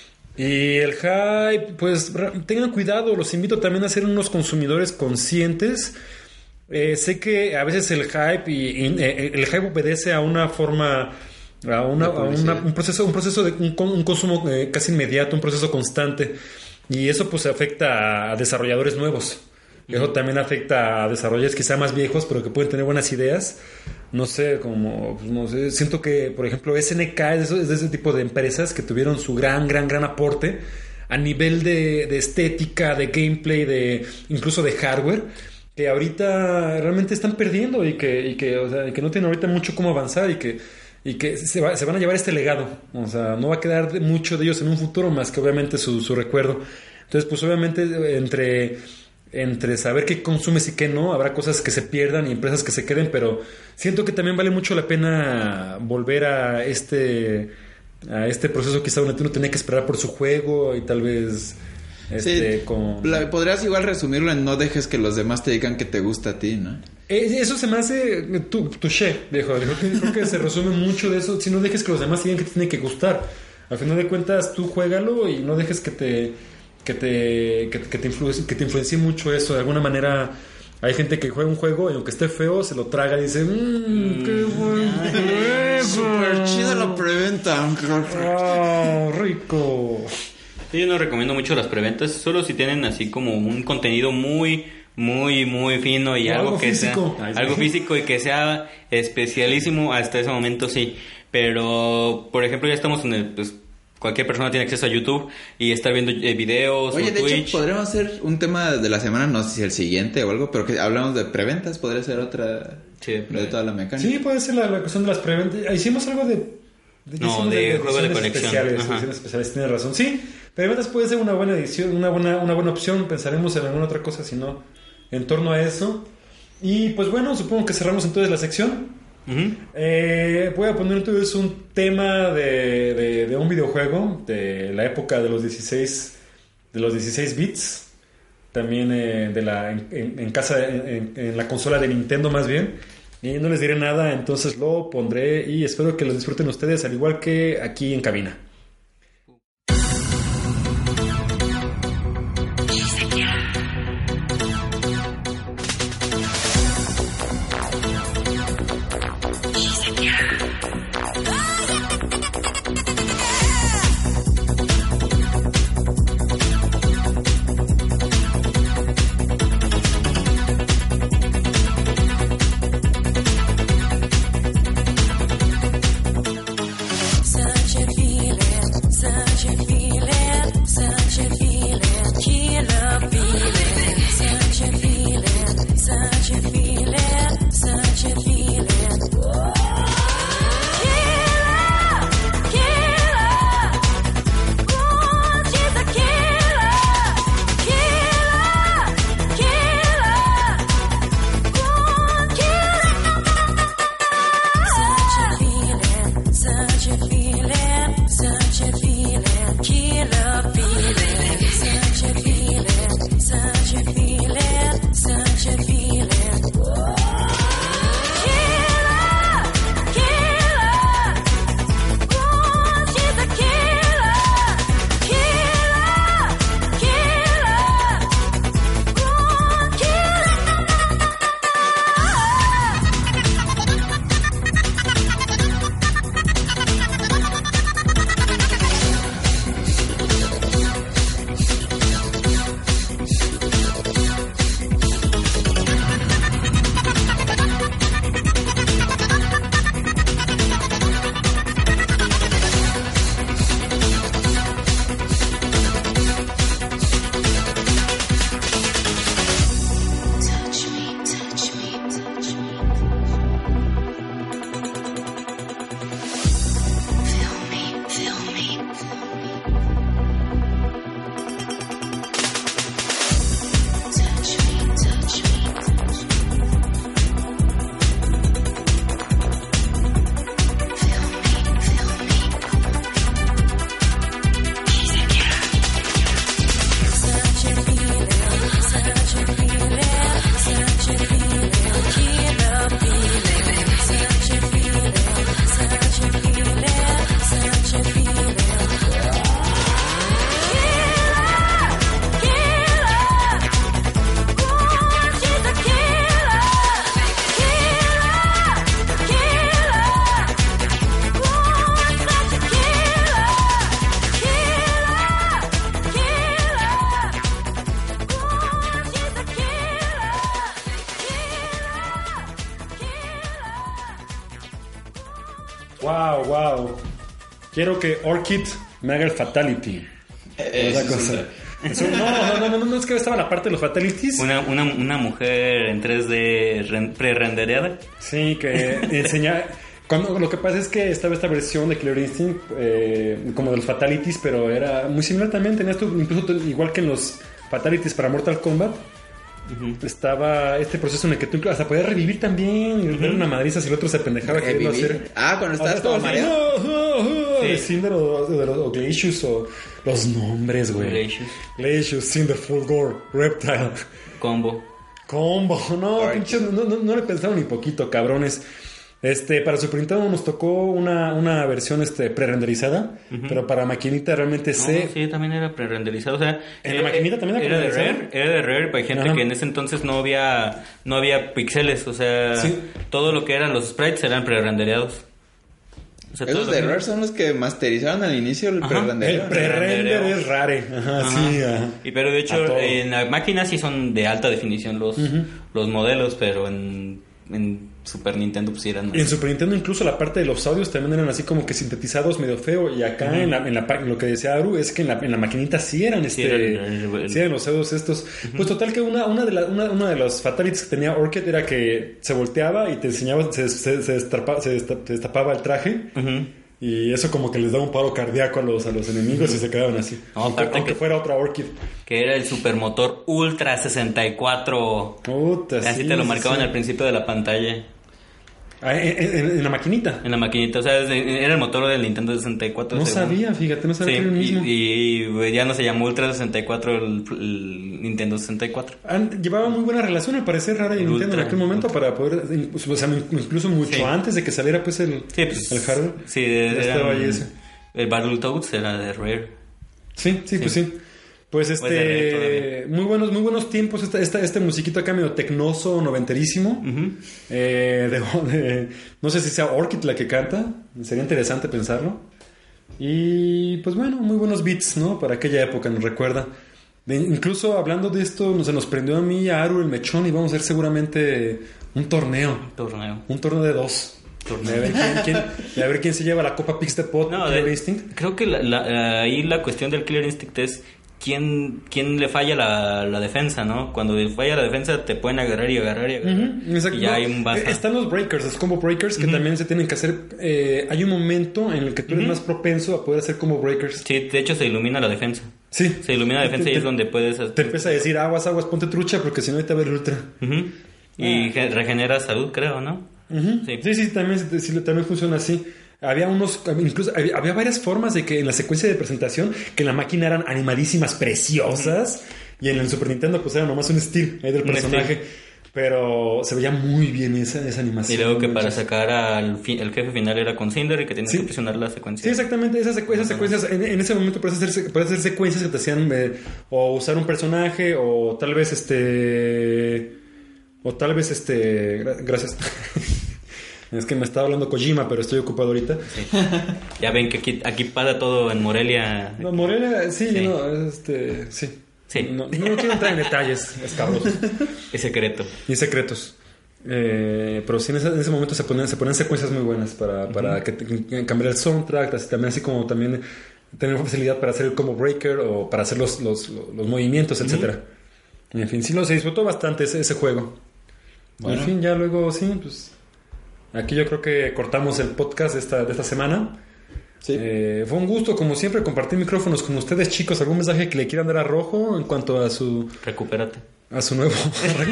Y el hype, pues ra- tengan cuidado, los invito también a ser unos consumidores conscientes. Eh, sé que a veces el hype y, y, eh, el hype obedece a una forma, a, una, De a una- publicidad. un proceso, un proceso de un, con- un consumo eh, casi inmediato, un proceso constante. Y eso pues afecta a desarrolladores nuevos. Eso también afecta a desarrolladores quizá más viejos, pero que pueden tener buenas ideas. No sé, como, pues, no sé, siento que, por ejemplo, S N K es de, esos- es de ese tipo de empresas que tuvieron su gran, gran, gran aporte a nivel de, de estética, de gameplay, de incluso de hardware, que ahorita realmente están perdiendo y que, y que, o sea, y que no tienen ahorita mucho cómo avanzar y que, y que se, va- se van a llevar este legado. O sea, no va a quedar de mucho de ellos en un futuro más que obviamente su, su recuerdo. Entonces, pues obviamente entre... entre saber qué consumes y qué no, habrá cosas que se pierdan y empresas que se queden, pero siento que también vale mucho la pena volver a este a este proceso quizá donde uno tenía que esperar por su juego y tal vez este, sí, con... la- podrías igual resumirlo en no dejes que los demás te digan que te gusta a ti, ¿no? Eh, Eso se me hace tu, touché, viejo. Creo que, creo que se resume mucho de eso. Si no dejes que los demás digan que te tiene que gustar. Al final de cuentas, tú juégalo y no dejes que te que te que, que te influencie, que te influencie mucho eso. De alguna manera hay gente que juega un juego y aunque esté feo, se lo traga y dice, mmm, qué buen juego. Super chido la preventa. Oh, rico. Sí, yo no recomiendo mucho las preventas, solo si tienen así como un contenido muy, muy, muy fino y O algo, algo que físico. sea Ay, sí. algo físico y que sea especialísimo hasta ese momento, sí. Pero, por ejemplo, ya estamos en el, pues, cualquier persona tiene acceso a YouTube y está viendo eh, videos Oye, o de Twitch. hecho, podríamos hacer un tema de la semana, no sé si el siguiente o algo, pero que hablamos de preventas, podría ser otra Sí, de de preventas. toda la mecánica. Sí, puede ser la, la cuestión de las preventas. Hicimos algo de... de- No, hicimos de juego de ediciones colección. Especiales, Ajá. ediciones especiales, tienes razón. Sí, preventas puede ser una buena edición, una buena, una buena opción. Pensaremos en alguna otra cosa, si no, en torno a eso. Y pues bueno, supongo que cerramos entonces la sección. Ujú. Eh, voy a poner entonces un tema de, de, de un videojuego de la época de los dieciséis de los dieciséis bits, también eh, de la en, en- en casa en, en la consola de Nintendo más bien, y no les diré nada, entonces lo pondré y espero que lo disfruten ustedes al igual que aquí en cabina. Such a feeling. wow, wow. Quiero que Orchid me haga el Fatality. Eh, Otra cosa. Eso, no, no, no, no, no, es que estaba la parte de los Fatalities. Una, una, una mujer en tres D re- pre-rendereada. Sí, que enseña... Cuando, lo que pasa es que estaba esta versión de Killer Instinct eh, como de los Fatalities, pero era muy similar también. Tenía esto, incluso igual que en los Fatalities para Mortal Kombat. Uh-huh. Estaba este proceso en el que tú hasta podías revivir también y uh-huh. ver una madriza si el otro se pendejaba queriendo hacer. Ah, cuando estabas todo mareado. Sí. Cinder o, de los, o Glacius o los nombres, güey. Glacius. Glacius, Cinder, Fulgor, Reptile. Combo. Combo. No, pinche, no, no, no le pensaron ni poquito, cabrones. Este, para Super Nintendo nos tocó una, una versión este, pre-renderizada, uh-huh. pero para maquinita realmente no, se... Sí, también era pre-renderizado, o sea... ¿En la maquinita también era Era de Rare, era de Rare, hay gente Ajá. que en ese entonces no había no había píxeles, o sea, sí. todo lo que eran los sprites eran pre-rendereados. O sea, esos de que... Rare son los que masterizaron al inicio el pre-rendereo. El pre-render es Rare, ajá, ajá. sí. Ajá. Y pero de hecho, en la máquina sí son de alta definición los, uh-huh. los modelos, pero en... en Super Nintendo pues eran... En Super Nintendo incluso la parte de los audios también eran así como que sintetizados medio feo. Y acá uh-huh. en, la, en, la, en lo que decía Aru es que en la, en la maquinita sí eran este... Sí eran, el, el... sí eran los audios estos. Uh-huh. Pues total que una, una, de la, una, una de las fatalities que tenía Orchid era que se volteaba y te enseñaba, se, se, se, destapa, se, destapa, se destapaba el traje. Uh-huh. Y eso como que les daba un paro cardíaco a los, a los enemigos uh-huh. y se quedaban así. No, aunque, aunque que, fuera otra Orchid. Que era el supermotor Ultra sesenta y cuatro. Puta, así sí, te lo marcaban sí. al principio de la pantalla. Ah, en, en, en la maquinita. En la maquinita, o sea, era el motor del Nintendo sesenta y cuatro. No según. sabía, fíjate, no sabía sí, que era el mismo. Y, y ya no se llamó Ultra sesenta y cuatro el, el Nintendo sesenta y cuatro. Llevaba muy buena relación, al parecer, Rara y Nintendo en aquel momento Ultra. Para poder, o sea, incluso mucho sí. antes de que saliera pues el, sí, pues, el hardware. Sí, era el Battletoads era de Rare. Sí, sí, sí. pues sí. Pues este, muy buenos, muy buenos tiempos. Esta, esta, este musiquito acá medio tecnoso, noventerísimo. Uh-huh. Eh, de, de, no sé si sea Orchid la que canta. Sería interesante pensarlo. Y pues bueno, muy buenos beats, ¿no? Para aquella época, nos recuerda. De, incluso hablando de esto, no, se nos prendió a mí y a Aru el mechón y vamos a hacer seguramente un torneo. Un torneo. Un torneo de dos. De ver quién, quién, de ver quién se lleva la Copa Pix de Pot. No, Killer de, Instinct. Creo que la, la, ahí la cuestión del Killer Instinct es quién, quién le falla la, la defensa, ¿no? Cuando le falla la defensa te pueden agarrar y agarrar y agarrar. Uh-huh, exacto. Y ya no, hay un baja. Están los breakers, los combo breakers que uh-huh. también se tienen que hacer. Eh, hay un momento en el que tú eres uh-huh. más propenso a poder hacer combo breakers. Sí, de hecho se ilumina la defensa. Sí. Se ilumina la defensa te, y es donde puedes... Te empieza a decir aguas, aguas, ponte trucha porque si no te va a ver ultra. Uh-huh. Y ah. regenera salud, creo, ¿no? Uh-huh. Sí. sí, sí, también, sí, también funciona así. Había unos, incluso había, había varias formas de que en la secuencia de presentación que en la máquina eran animadísimas, preciosas, uh-huh. y en el Super Nintendo pues era nomás un estilo ahí del personaje, pero se veía muy bien esa, esa animación. Y luego que para sacar al fi- el jefe final era con Cinder y que tenías sí. que presionar la secuencia. Sí, exactamente, esas, secu- esas secuencias, en, en ese momento puedes hacer, puedes hacer secuencias que te hacían eh, o usar un personaje o tal vez este... O tal vez este... Gra- gracias. Es que me estaba hablando Kojima, pero estoy ocupado ahorita. Sí. Ya ven que aquí, aquí pasa todo en Morelia. No, Morelia, sí, sí. no, este, sí. Sí. No, no quiero entrar en detalles, escabrosos. Es secreto. Y secretos. Eh, pero sí, en ese, en ese momento se ponen, se ponen secuencias muy buenas para, para uh-huh. que, que cambiar el soundtrack, así, también así como también tener facilidad para hacer el combo breaker o para hacer los, los, los, los movimientos, uh-huh. etcétera. En fin, sí lo se disfrutó bastante ese, ese juego. Bueno. En fin, ya luego sí, pues... Aquí yo creo que cortamos el podcast de esta, de esta semana. Sí. Eh, fue un gusto, como siempre, compartir micrófonos con ustedes, chicos. ¿Algún mensaje que le quieran dar a Rojo en cuanto a su... Recupérate. A su nuevo...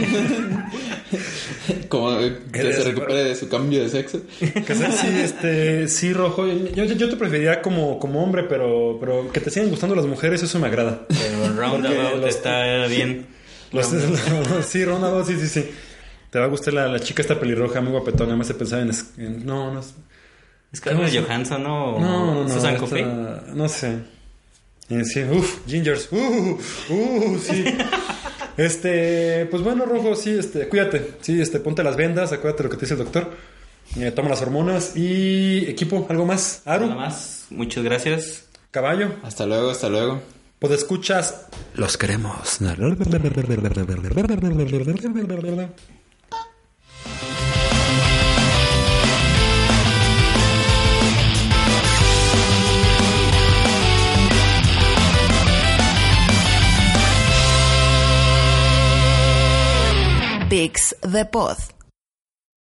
Como que se recupere de su cambio de sexo. Sí, este, sí, Rojo. Yo, yo te preferiría como, como hombre, pero, pero que te sigan gustando las mujeres, eso me agrada. Pero Roundabout los, está bien. Los, roundabout. Sí, Roundabout, sí, sí, sí. Te va a gustar la, la chica esta pelirroja, muy guapetona. Además se pensaba en... en no, no es... Scarlett Johansson, ¿no? No, no, no. Susan Coffey. No sé. Sí, uf, Gingers. Uh, uh, sí. Este, pues bueno, Rojo, sí, este, cuídate. Sí, este, ponte las vendas, acuérdate lo que te dice el doctor. Eh, toma las hormonas y equipo, ¿algo más? Aru. Nada más. Muchas gracias. Caballo. Hasta luego, hasta luego. Pues escuchas. Los queremos. Pix de Pod.